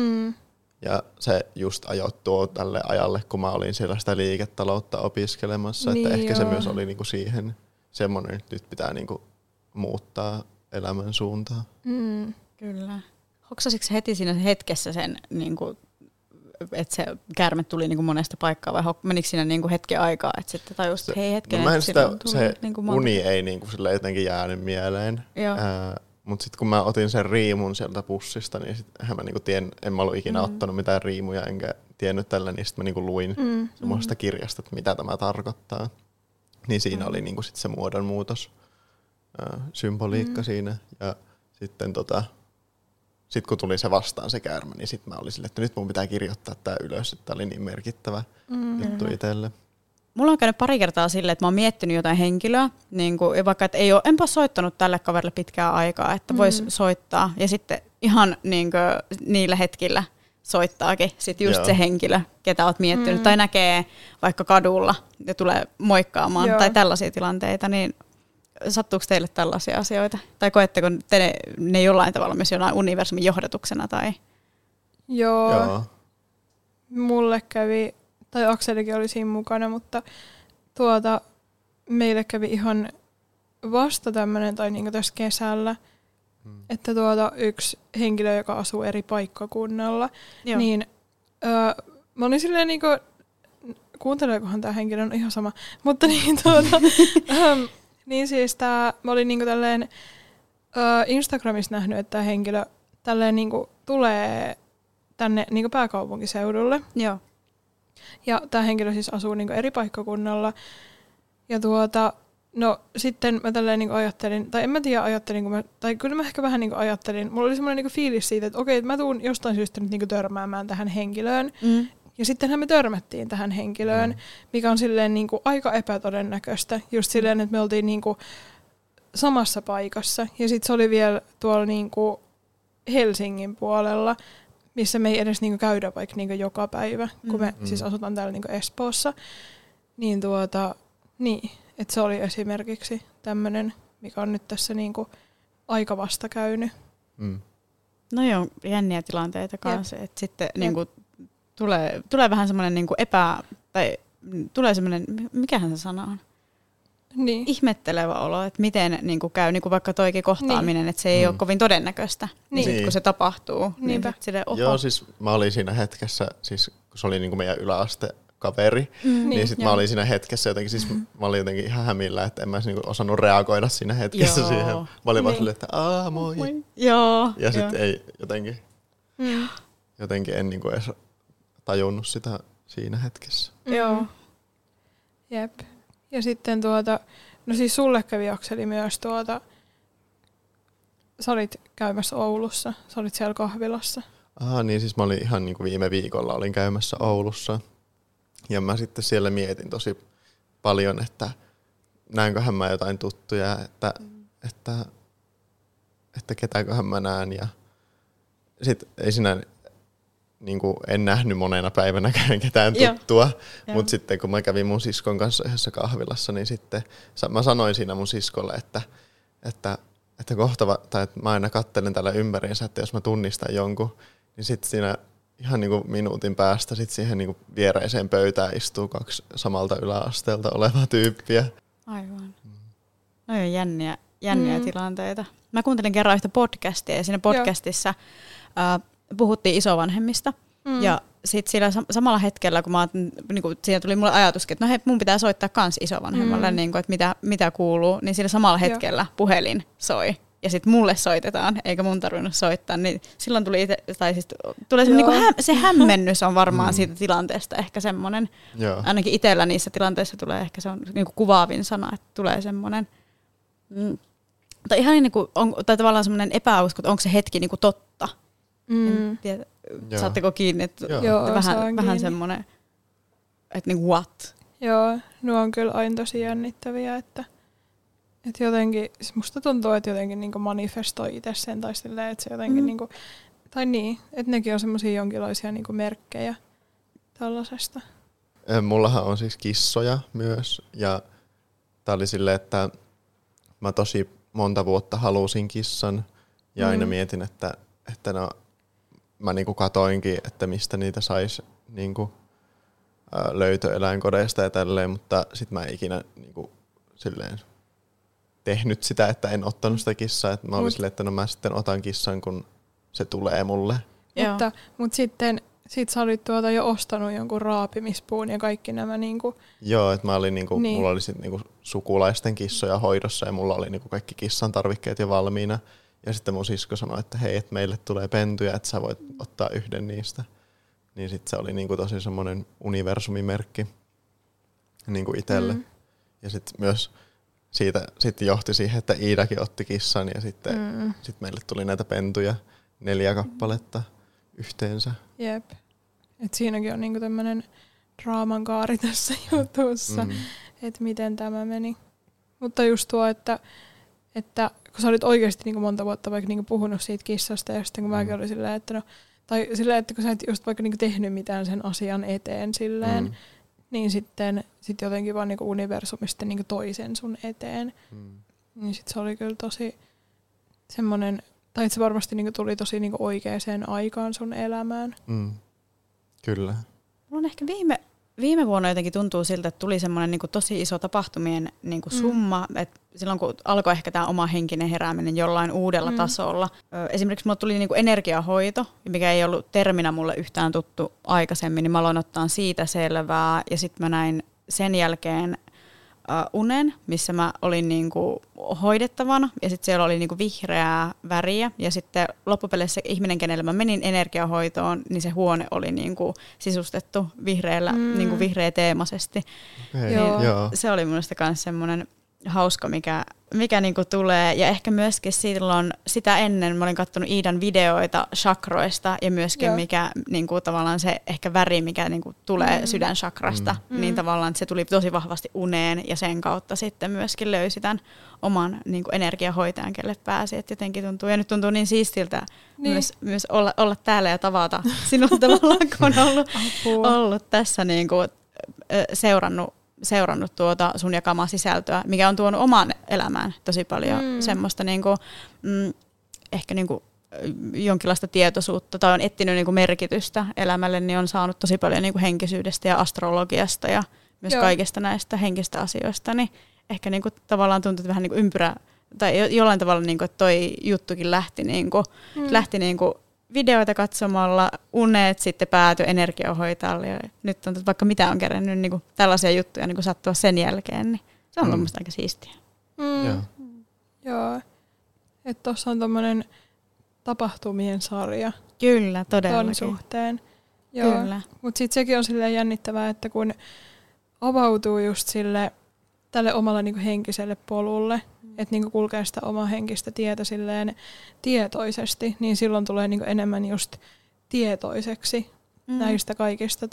Ja se just ajoittuu tälle ajalle, kun mä olin siellä sitä liiketaloutta opiskelemassa. Niin, että ehkä se myös oli niinku siihen semmoinen, että nyt pitää niinku muuttaa elämän suuntaa. Kyllä. Hoksasitko heti siinä hetkessä sen, niinku, että se käärme tuli niinku monesta paikkaa vai menikö siinä niinku hetken aikaa, että sitten tajus, että hei hetken. No se niinku uni ei niinku jotenkin jäänyt mieleen. Mutta sitten kun mä otin sen riimun sieltä pussista, niin sittenhän mä niinku en mä ollut ikinä ottanut mitään riimuja, enkä tiennyt tällä, niin sitten mä niinku luin semmoista kirjasta, että mitä tämä tarkoittaa. Niin siinä oli niinku sit se muodonmuutos, symboliikka siinä. Ja sitten sit kun tuli se vastaan se käärme, niin sitten mä olin silleen, että nyt mun pitää kirjoittaa tää ylös, että tää oli niin merkittävä juttu itselle. Mulla on käynyt pari kertaa silleen, että mä oon miettinyt jotain henkilöä, niin kuin, vaikka että enpä soittanut tälle kaverille pitkää aikaa, että vois soittaa. Ja sitten ihan niin kuin, niillä hetkillä soittaakin sit just se henkilö, ketä oot miettinyt. Tai näkee vaikka kadulla ja tulee moikkaamaan tai tällaisia tilanteita. Niin sattuuko teille tällaisia asioita? Tai koetteko te ne jollain tavalla myös jollain universumin johdatuksena? Tai? Joo. Mulle kävi... Tai Akselikin oli siinä mukana, mutta meille kävi ihan vasta tämmöinen, tai niinku tässä kesällä, että yksi henkilö, joka asuu eri paikkakunnalla, niin mä olin silleen niinku, kuunteleekohan tämä henkilö, on ihan sama, mutta niin niin siis mä olin niinku tälleen Instagramissa nähnyt, että tämä henkilö tälleen niinku tulee tänne niinku pääkaupunkiseudulle. Joo. Ja tämä henkilö siis asuu niinku eri paikkakunnalla. Ja no sitten mä tälleen niinku ajattelin, tai en mä tiedä ajattelin, tai kyllä mä ehkä vähän niinku ajattelin, mulla oli semmoinen niinku fiilis siitä, että okei, mä tuun jostain syystä nyt niinku törmäämään tähän henkilöön. Ja sittenhän me törmättiin tähän henkilöön, mikä on silleen niinku aika epätodennäköistä. Just silleen, että me oltiin niinku samassa paikassa. Ja sitten se oli vielä tuolla niinku Helsingin puolella, missä me ei edes niinku käydä vaikka niinku joka päivä, kun me siis asutaan täällä niinku Espoossa. Niin niin, että se oli esimerkiksi tämmöinen, mikä on nyt tässä niinku aika vasta käynyt. No joo, jänniä tilanteita kanssa, että sitten niinku tulee vähän semmoinen niinku tai tulee semmoinen, mikähän se sana on? Niin. Ihmettelevä olo, että miten niinku käy, niinku vaikka toikin kohtaaminen, että se ei ole kovin todennäköistä, niin sit, kun se tapahtuu. Niin Joo, siis mä olin siinä hetkessä, siis kun se oli niinku meidän yläaste kaveri. Niin sit mä olin siinä hetkessä jotenkin, siis mä olin jotenkin ihan hämillä, että en mä niinku osannut reagoida siinä hetkessä siihen. Mä olin vaan silleen, että moi. Joo. Ja sit ei jotenkin en niinku edes tajunnut sitä siinä hetkessä. Joo. Jep. Ja sitten no siis sulle kävi Akseli myös sä olit käymässä Oulussa, sä olit siellä kahvilassa. Niin siis mä olin ihan niinku viime viikolla olin käymässä Oulussa. Ja mä sitten siellä mietin tosi paljon, että näenköhän mä jotain tuttuja, että ketäköhän mä näen. Ja sit ei siinä niinku, en nähnyt monena päivänäkään ketään tuttua, mutta sitten kun mä kävin mun siskon kanssa yhdessä kahvilassa, niin sitten mä sanoin siinä mun siskolle, että että mä aina katselen täällä ympäriinsä, että jos mä tunnistan jonkun, niin sitten siinä ihan niinku minuutin päästä sit siihen niinku viereiseen pöytään istuu 2 samalta yläasteelta olevaa tyyppiä. Aivan. No on jänniä tilanteita. Mä kuuntelin kerran yhtä podcastia ja siinä podcastissa puhuttiin isovanhemmista. Ja sitten sillä samalla hetkellä, kun niinku, siinä tuli mulle ajatuskin, että no hei, mun pitää soittaa kans isovanhemmalle, niinku, että mitä kuuluu, niin sillä samalla hetkellä puhelin soi. Ja sitten mulle soitetaan, eikä mun tarvinnut soittaa, niin silloin tuli tulee se, niinku se hämmennys on varmaan siitä tilanteesta ehkä semmoinen. Ainakin itsellä niissä tilanteissa tulee ehkä se on niinku kuvaavin sana, että tulee semmoinen. Tai ihan niinku, tai tavallaan semmoinen epäusko, että onko se hetki niinku totta. En tiedä, saatteko kiinni, että vähän semmoinen, että niinku what? Joo, nuo on kyllä aina tosi jännittäviä, että jotenkin, musta tuntuu, että jotenkin niinku manifestoi itse sen tai silleen, että se jotenkin niinku, tai niin, että nekin on semmoisia jonkinlaisia niinku merkkejä tällaisesta. Mullahan on siis kissoja myös ja tää oli silleen, että mä tosi monta vuotta halusin kissan ja aina mietin, että no, mä niinku katoinkin, että mistä niitä saisi niinku, löytöeläinkodeista ja tälleen, mutta sit mä en ikinä niinku, silleen tehnyt sitä, että en ottanut sitä kissaa. Että mä olin silleen, että no mä sitten otan kissan, kun se tulee mulle. Mutta sitten sä olit jo ostanut jonkun raapimispuun ja kaikki nämä niinku. Joo, että mä olin niinku, mulla oli sit niinku sukulaisten kissoja hoidossa ja mulla oli niinku kaikki kissan tarvikkeet jo valmiina. Ja sitten mun sisko sanoi, että hei, että meille tulee pentuja, että sä voit ottaa yhden niistä. Niin sitten se oli niinku tosi semmoinen universumimerkki niinku itselle. Ja sitten myös siitä sitten johti siihen, että Iidakin otti kissan ja sitten sit meille tuli näitä pentuja 4 kappaletta yhteensä. Jep. Et siinäkin on niinku tämmöinen draaman kaari tässä jutussa, että miten tämä meni. Mutta just tuo, että kun sä olit oikeasti niinku monta vuotta vaikka niinku puhunut siitä kissasta ja sitten kun mäkin olin silleen, että no, tai silleen, että kun sä et just vaikka niinku tehnyt mitään sen asian eteen silleen, niin sitten jotenkin vaan niinku universumi sitten niinku toi sen sun eteen. Niin sit se oli kyllä tosi semmoinen, tai se varmasti niinku tuli tosi niinku oikeaan aikaan sun elämään. Kyllä. Mulla on ehkä viime vuonna jotenkin tuntuu siltä, että tuli semmoinen niinku tosi iso tapahtumien niinku summa, että silloin kun alkoi ehkä tämä oma henkinen herääminen jollain uudella tasolla. Esimerkiksi mulle tuli niinku energiahoito, mikä ei ollut terminä mulle yhtään tuttu aikaisemmin, niin mä aloin ottaa siitä selvää ja sitten mä näin sen jälkeen unen, missä mä olin niinku hoidettavana ja sitten siellä oli niinku vihreää väriä ja sitten loppupeleissä ihminen, kenelle mä menin energiahoitoon, niin se huone oli niinku sisustettu vihreällä, niinku vihreäteemaisesti. Joo. Se oli minusta myös semmoinen hauska, mikä niinku tulee ja ehkä myöskin silloin sitä ennen mä olin katsonut Iidan videoita chakroista ja myöskin mikä niinku tavallaan se ehkä väri, mikä niinku tulee sydänchakrasta, niin tavallaan se tuli tosi vahvasti uneen ja sen kautta sitten myöskin löysi tämän oman niinku energiahoitajan, kelle pääsi, että jotenkin tuntuu ja nyt tuntuu niin siistiltä myös olla täällä ja tavata sinua tavallaan, kun on ollut tässä niinku seurannut tuota sun jakamaa sisältöä, mikä on tuonut omaan elämään tosi paljon semmoista niinku, ehkä niinku jonkinlaista tietoisuutta tai on etsinyt niinku merkitystä elämälle, niin on saanut tosi paljon niinku henkisyydestä ja astrologiasta ja myös kaikista näistä henkistä asioista, niin ehkä niinku tavallaan tuntuu, että vähän niinku ympyrä tai jollain tavalla niinku, että toi juttukin lähti niinku videoita katsomalla, unet sitten päätyi energiahoitajalle ja nyt on vaikka mitä on kerännyt niin kuin tällaisia juttuja niin kuin sattua sen jälkeen, niin se on mielestäni aika siistiä. Joo. Että tuossa on tommonen tapahtumien sarja. Kyllä, todellakin. Ton suhteen. Joo. Kyllä. Mutta sitten sekin on silleen jännittävää, että kun avautuu just tälle omalle niinku henkiselle polulle, että niinku kulkee sitä omaa henkistä tietä silleen tietoisesti, niin silloin tulee niinku enemmän just tietoiseksi näistä kaikista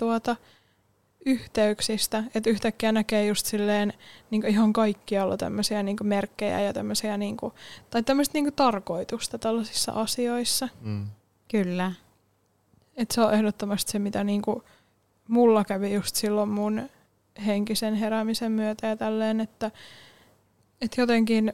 yhteyksistä, että yhtäkkiä näkee just silleen niinku ihan kaikkialla tämmöisiä niinku merkkejä ja tämmöisiä niinku, tai tämmöistä niinku tarkoitusta tällaisissa asioissa. Kyllä. Et se on ehdottomasti se, mitä niinku mulla kävi just silloin mun henkisen heräämisen myötä ja tälleen, että jotenkin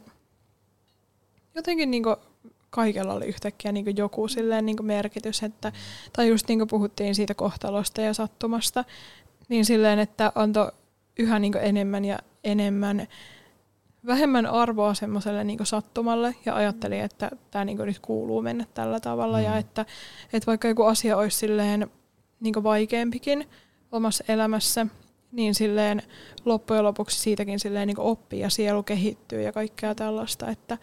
niinku kaikella oli yhtäkkiä niinku joku silleen niinku merkitys, että, tai just niinku puhuttiin siitä kohtalosta ja sattumasta, niin silleen, että antoi yhä niinku enemmän ja enemmän vähemmän arvoa semmoiselle niinku sattumalle ja ajattelin, että tämä niinku nyt kuuluu mennä tällä tavalla ja että vaikka joku asia olisi silleen niinku vaikeampikin omassa elämässä, niin silleen loppujen lopuksi siitäkin silleen niinku oppii ja sielu kehittyy ja kaikkea tällaista, että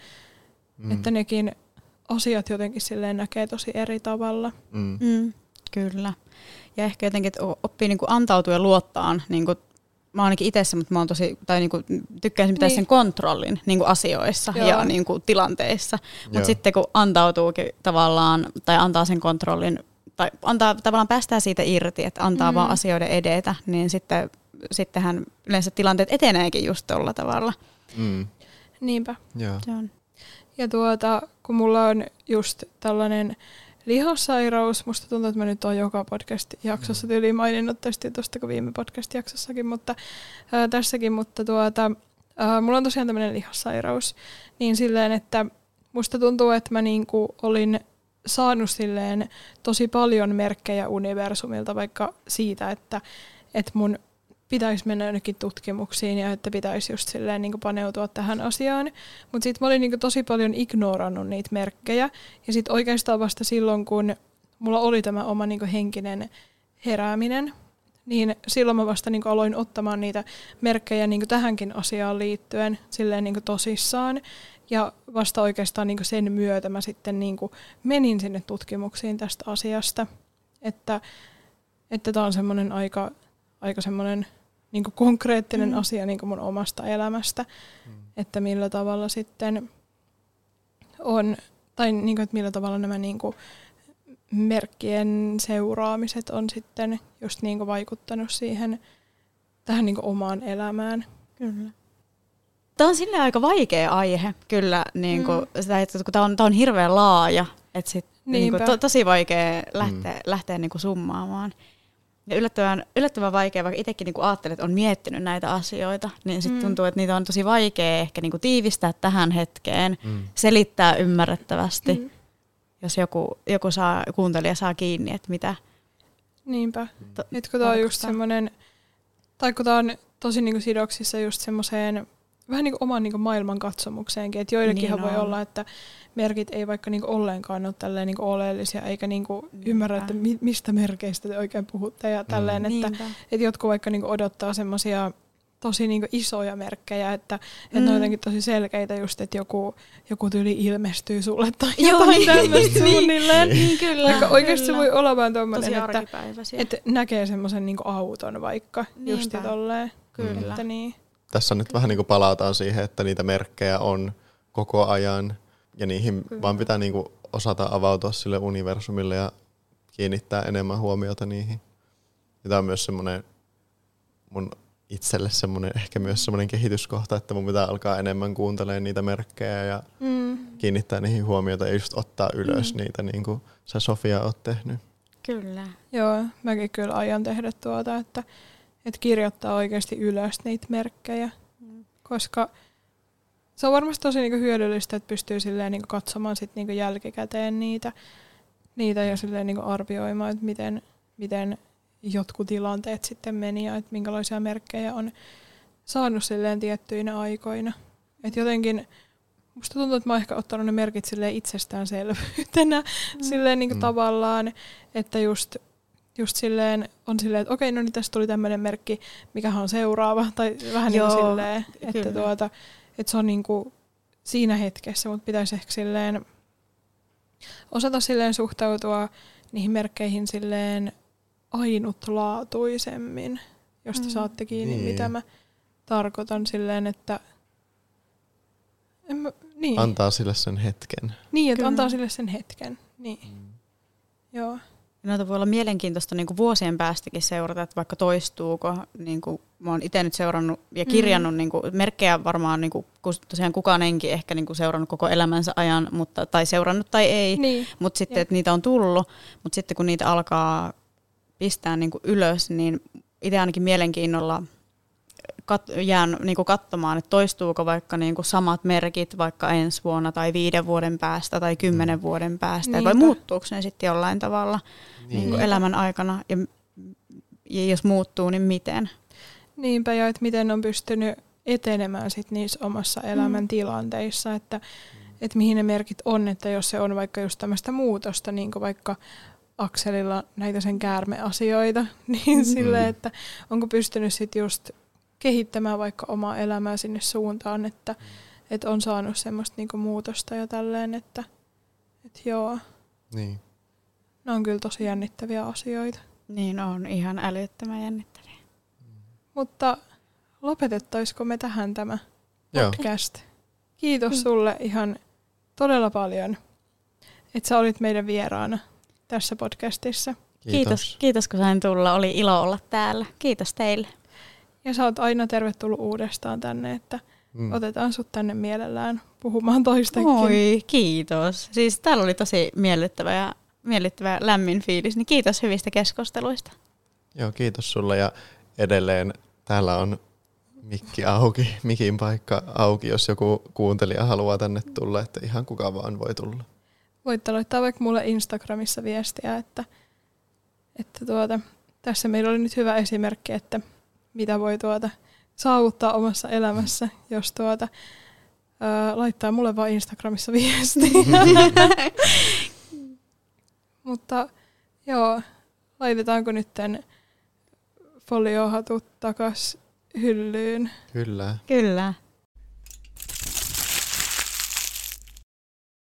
nekin asiat jotenkin silleen näkee tosi eri tavalla. Kyllä. Ja ehkä jotenkin, että oppii niinku antautua ja luottaa. Niinku, mä oon ainakin itse, mutta mä oon niinku, tykkäisin pitää sen kontrollin niinku asioissa ja niinku tilanteissa. Mutta sitten kun antautuukin tavallaan, tai antaa sen kontrollin, tai tavallaan päästää siitä irti, että antaa vaan asioiden edetä, niin sittenhän yleensä tilanteet eteneekin just tolla tavalla. Niinpä. Yeah. Se on. Ja kun mulla on just tällainen lihassairaus, musta tuntuu, että mä nyt oon joka podcast-jaksossa tyyliin maininnut tästä tuosta kuin viime podcast-jaksossakin, mutta tässäkin, mutta mulla on tosiaan tämmöinen lihassairaus, niin silleen, että musta tuntuu, että mä niinku olin saanut silleen tosi paljon merkkejä universumilta vaikka siitä, että mun pitäisi mennä jonnekin tutkimuksiin ja että pitäisi just silleen niin kuin paneutua tähän asiaan. Mutta sitten mä olin niin kuin tosi paljon ignorannut niitä merkkejä. Ja sitten oikeastaan vasta silloin, kun mulla oli tämä oma niin kuin henkinen herääminen, niin silloin mä vasta niin kuin aloin ottamaan niitä merkkejä niin kuin tähänkin asiaan liittyen silleen niin kuin tosissaan. Ja vasta oikeastaan niin kuin sen myötä mä sitten niin kuin menin sinne tutkimuksiin tästä asiasta. Että tää on semmoinen aika semmoinen niin kuin konkreettinen asia niin kuin mun omasta elämästä, että millä tavalla sitten on, tai niin kuin, että millä tavalla nämä niin kuin merkkien seuraamiset on sitten just niin kuin vaikuttanut siihen tähän niin kuin omaan elämään. Kyllä. Tämä on silleen aika vaikea aihe, kyllä, niin kuin sitä, että kun tämä on hirveän laaja, että sit, niin kuin, tosi vaikea lähteä niin kuin summaamaan. Ja yllättävän vaikea, vaikka itsekin niinku ajattelet, että on miettinyt näitä asioita, niin sitten tuntuu, että niitä on tosi vaikea ehkä niinku tiivistää tähän hetkeen, selittää ymmärrettävästi, jos joku kuuntelija saa kiinni, että mitä. Niinpä. Nyt kun tämä on just semmoinen, tai kun tämä on tosi niinku sidoksissa just semmoiseen vähän niinku oman niinku maailmankatsomukseenkin, että joillekinhan niin voi olla, että merkit ei vaikka niinku ollenkaan ole tälleen niinku oleellisia, eikä niinku ymmärrä, että mistä merkeistä te oikein puhutte ja tälleen, että jotkut vaikka niinku odottaa semmoisia tosi niinku isoja merkkejä, että ne on jotenkin tosi selkeitä just, että joku tyyli ilmestyy sulle tai jotain tämmöistä suunnilleen. Niin, kyllä. Vaikka oikeasti se voi olla vaan tommoinen, että näkee semmoisen niinku auton vaikka just tolleen. Kyllä. Että niin. Tässä nyt vähän niin kuin palataan siihen, että niitä merkkejä on koko ajan ja niihin vaan pitää niin kuin osata avautua sille universumille ja kiinnittää enemmän huomiota niihin. Ja tämä on myös semmoinen mun itselle semmoinen, ehkä myös semmoinen kehityskohta, että mun pitää alkaa enemmän kuuntelemaan niitä merkkejä ja kiinnittää niihin huomiota ja just ottaa ylös niitä, niin kuin sä Sofia oot tehnyt. Kyllä. Joo, mäkin kyllä aion tehdä että kirjoittaa oikeasti ylös niitä merkkejä, koska se on varmasti tosi niinku hyödyllistä, että pystyy silleen niinku katsomaan sit niinku jälkikäteen niitä ja silleen niinku arvioimaan, että miten jotkut tilanteet sitten meni ja että minkälaisia merkkejä on saanut silleen tiettyinä aikoina. Et jotenkin musta tuntuu, että mä oon ehkä ottanut ne merkit silleen itsestäänselvyytenä silleen niin kuin tavallaan, että just silleen on silleen, että okei, no niin tästä tuli tämmöinen merkki, mikähän on seuraava, tai vähän niin kuin silleen, että se on niin kuin siinä hetkessä, mutta pitäisi ehkä silleen osata silleen suhtautua niihin merkkeihin silleen ainutlaatuisemmin, josta saatte kiinni, mitä mä tarkoitan silleen, että niin. Antaa sille sen hetken. Niin, että antaa sille sen hetken. Niin. Joo. Noita voi olla mielenkiintoista niin kuin vuosien päästäkin seurata, että vaikka toistuuko. Niin kuin mä oon itse nyt seurannut ja kirjannut niin kuin merkkejä varmaan, niin kuin, tosiaan kukaan enkin ehkä niin kuin seurannut koko elämänsä ajan, tai seurannut tai ei, mutta sitten että niitä on tullut. Mutta sitten kun niitä alkaa pistää niin kuin ylös, niin itse ainakin mielenkiinnolla jään niinku katsomaan, että toistuuko vaikka niinku samat merkit vaikka ensi vuonna tai 5 vuoden päästä tai 10 vuoden päästä, vai muuttuuko ne sitten jollain tavalla niinku elämän aikana, ja jos muuttuu, niin miten? Niinpä, ja että miten on pystynyt etenemään sit niissä omassa elämäntilanteissa, että mihin ne merkit on, että jos se on vaikka just tämmöistä muutosta, niin kuin vaikka Akselilla näitä sen käärmeasioita, niin silleen, että onko pystynyt sitten just kehittämään vaikka omaa elämää sinne suuntaan, että on saanut semmoista niinku muutosta ja tälleen, että joo. Niin. Ne on kyllä tosi jännittäviä asioita. Niin on, ihan älyttömän jännittäviä. Mutta lopetettaisiko me tähän tämä podcast? Kiitos sulle ihan todella paljon, että sä olit meidän vieraana tässä podcastissa. Kiitos kun sain tulla. Oli ilo olla täällä. Kiitos teille. Ja sä oot aina tervetullut uudestaan tänne, että otetaan sut tänne mielellään puhumaan toistakin. Oi, kiitos. Siis täällä oli tosi miellyttävä lämmin fiilis, niin kiitos hyvistä keskusteluista. Joo, kiitos sulle ja edelleen täällä on mikki auki, mikin paikka auki, jos joku kuuntelija haluaa tänne tulla, että ihan kuka vaan voi tulla. Voitte laittaa vaikka mulle Instagramissa viestiä, että tässä meillä oli nyt hyvä esimerkki, että mitä voi saavuttaa omassa elämässä, jos laittaa mulle vaan Instagramissa viestiä. Mutta joo, laitetaanko nytten foliohatut takas hyllyyn? Kyllä. Kyllä.